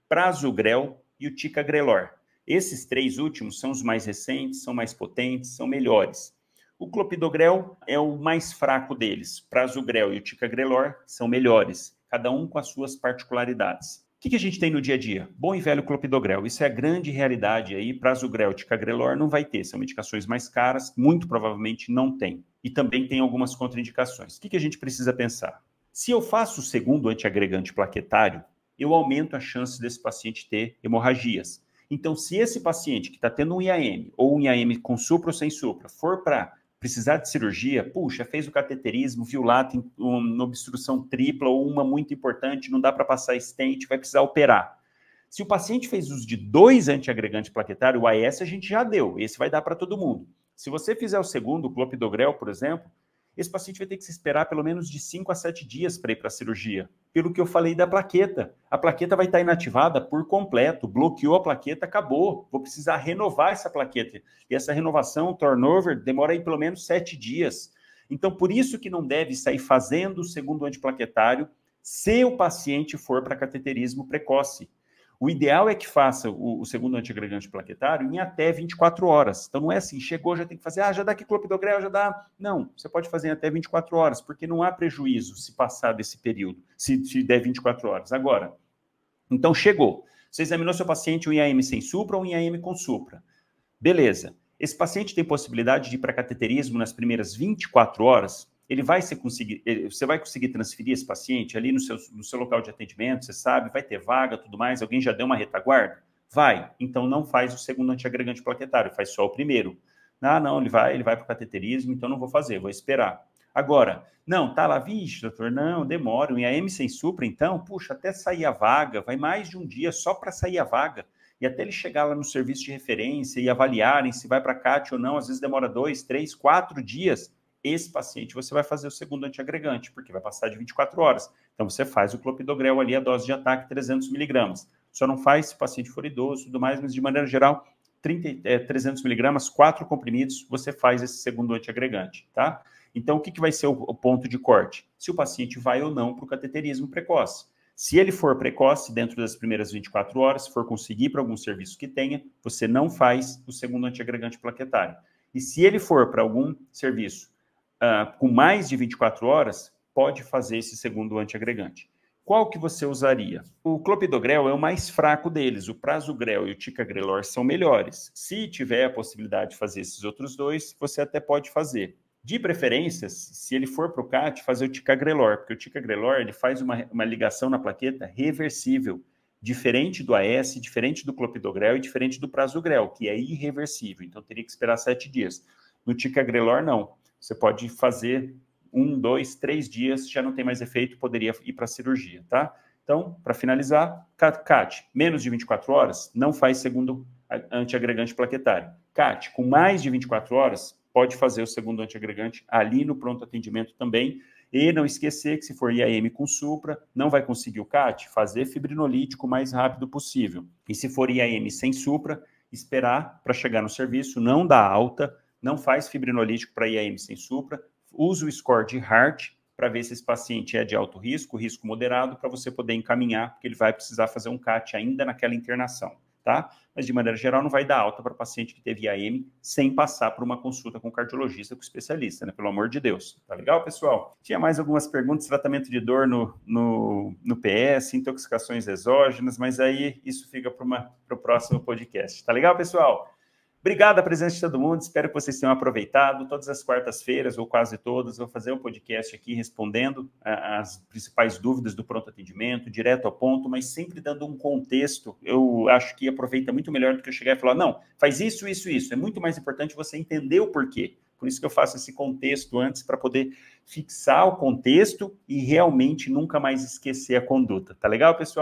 Prasugrel e o Ticagrelor. Esses três últimos são os mais recentes, são mais potentes, são melhores. O Clopidogrel é o mais fraco deles. Prasugrel e o Ticagrelor são melhores, cada um com as suas particularidades. O que, que a gente tem no dia a dia? Bom e velho Clopidogrel. Isso é a grande realidade aí. Prasugrel e Ticagrelor não vai ter. São medicações mais caras, muito provavelmente não tem. E também tem algumas contraindicações. O que, que a gente precisa pensar? Se eu faço o segundo antiagregante plaquetário, eu aumento a chance desse paciente ter hemorragias. Então, se esse paciente que está tendo um I A M, ou um I A M com supra ou sem supra, for para precisar de cirurgia, puxa, fez o cateterismo, viu lá, tem uma obstrução tripla ou uma muito importante, não dá para passar stent, vai precisar operar. Se o paciente fez uso de dois antiagregantes plaquetários, o A S a gente já deu, esse vai dar para todo mundo. Se você fizer o segundo, o Clopidogrel, por exemplo, esse paciente vai ter que se esperar pelo menos de cinco a sete dias para ir para a cirurgia. Pelo que eu falei da plaqueta. A plaqueta vai estar inativada por completo. Bloqueou a plaqueta, acabou. Vou precisar renovar essa plaqueta. E essa renovação, turnover, demora aí pelo menos sete dias. Então, por isso que não deve sair fazendo o segundo antiplaquetário se o paciente for para cateterismo precoce. O ideal é que faça o, o segundo antiagregante plaquetário em até vinte e quatro horas. Então, não é assim, chegou, já tem que fazer, ah, já dá aqui Clopidogrel, já dá. Não, você pode fazer em até vinte e quatro horas, porque não há prejuízo se passar desse período, se, se der vinte e quatro horas. Agora, então chegou. Você examinou seu paciente um I A M sem supra ou um I A M com supra. Beleza. Esse paciente tem possibilidade de ir para cateterismo nas primeiras vinte e quatro horas? Ele vai ser conseguir, você vai conseguir transferir esse paciente ali no seu, no seu local de atendimento, você sabe, vai ter vaga, tudo mais, alguém já deu uma retaguarda? Vai, então não faz o segundo antiagregante plaquetário, faz só o primeiro. Ah, não, ele vai, ele vai para o cateterismo, então não vou fazer, vou esperar. Agora, não, tá lá, vixe, doutor, não, demora, um I A M sem supra, então, puxa, até sair a vaga, vai mais de um dia só para sair a vaga. E até ele chegar lá no serviço de referência e avaliarem se vai para a C A T ou não, às vezes demora dois, três, quatro dias. Esse paciente você vai fazer o segundo antiagregante, porque vai passar de vinte e quatro horas. Então, você faz o Clopidogrel ali, a dose de ataque, trezentos miligramas. Só não faz se o paciente for idoso e tudo mais, mas de maneira geral, trinta, é, trezentos miligramas, quatro comprimidos, você faz esse segundo antiagregante, tá? Então, o que, que vai ser o, o ponto de corte? Se o paciente vai ou não para o cateterismo precoce. Se ele for precoce, dentro das primeiras vinte e quatro horas, se for conseguir para algum serviço que tenha, você não faz o segundo antiagregante plaquetário. E se ele for para algum serviço Uh, com mais de vinte e quatro horas, pode fazer esse segundo antiagregante. Qual que você usaria? O Clopidogrel é o mais fraco deles, o Prasugrel e o Ticagrelor são melhores. Se tiver a possibilidade de fazer esses outros dois, você até pode fazer. De preferência, se ele for para o C A T, fazer o Ticagrelor, porque o Ticagrelor ele faz uma, uma ligação na plaqueta reversível, diferente do A S, diferente do Clopidogrel e diferente do Prasugrel, que é irreversível, então teria que esperar sete dias. No Ticagrelor, não. Você pode fazer um, dois, três dias, já não tem mais efeito, poderia ir para a cirurgia, tá? Então, para finalizar, C A T, menos de vinte e quatro horas, não faz segundo antiagregante plaquetário. C A T, com mais de vinte e quatro horas, pode fazer o segundo antiagregante ali no pronto atendimento também. E não esquecer que se for I A M com supra, não vai conseguir o C A T, fazer fibrinolítico o mais rápido possível. E se for I A M sem supra, esperar para chegar no serviço, não dá alta, não faz fibrinolítico para I A M sem supra, usa o score de Hart para ver se esse paciente é de alto risco, risco moderado, para você poder encaminhar, porque ele vai precisar fazer um C A T ainda naquela internação, tá? Mas, de maneira geral, não vai dar alta para paciente que teve I A M sem passar por uma consulta com cardiologista, com especialista, né? Pelo amor de Deus. Tá legal, pessoal? Tinha mais algumas perguntas, tratamento de dor no, no, no P S, intoxicações exógenas, mas aí isso fica para o próximo podcast. Tá legal, pessoal? Obrigado a presença de todo mundo, espero que vocês tenham aproveitado. Todas as quartas-feiras, ou quase todas, vou fazer um podcast aqui respondendo as principais dúvidas do pronto atendimento, direto ao ponto, mas sempre dando um contexto. Eu acho que aproveita muito melhor do que eu chegar e falar, não, faz isso, isso, isso. É muito mais importante você entender o porquê. Por isso que eu faço esse contexto antes, para poder fixar o contexto e realmente nunca mais esquecer a conduta. Tá legal, pessoal?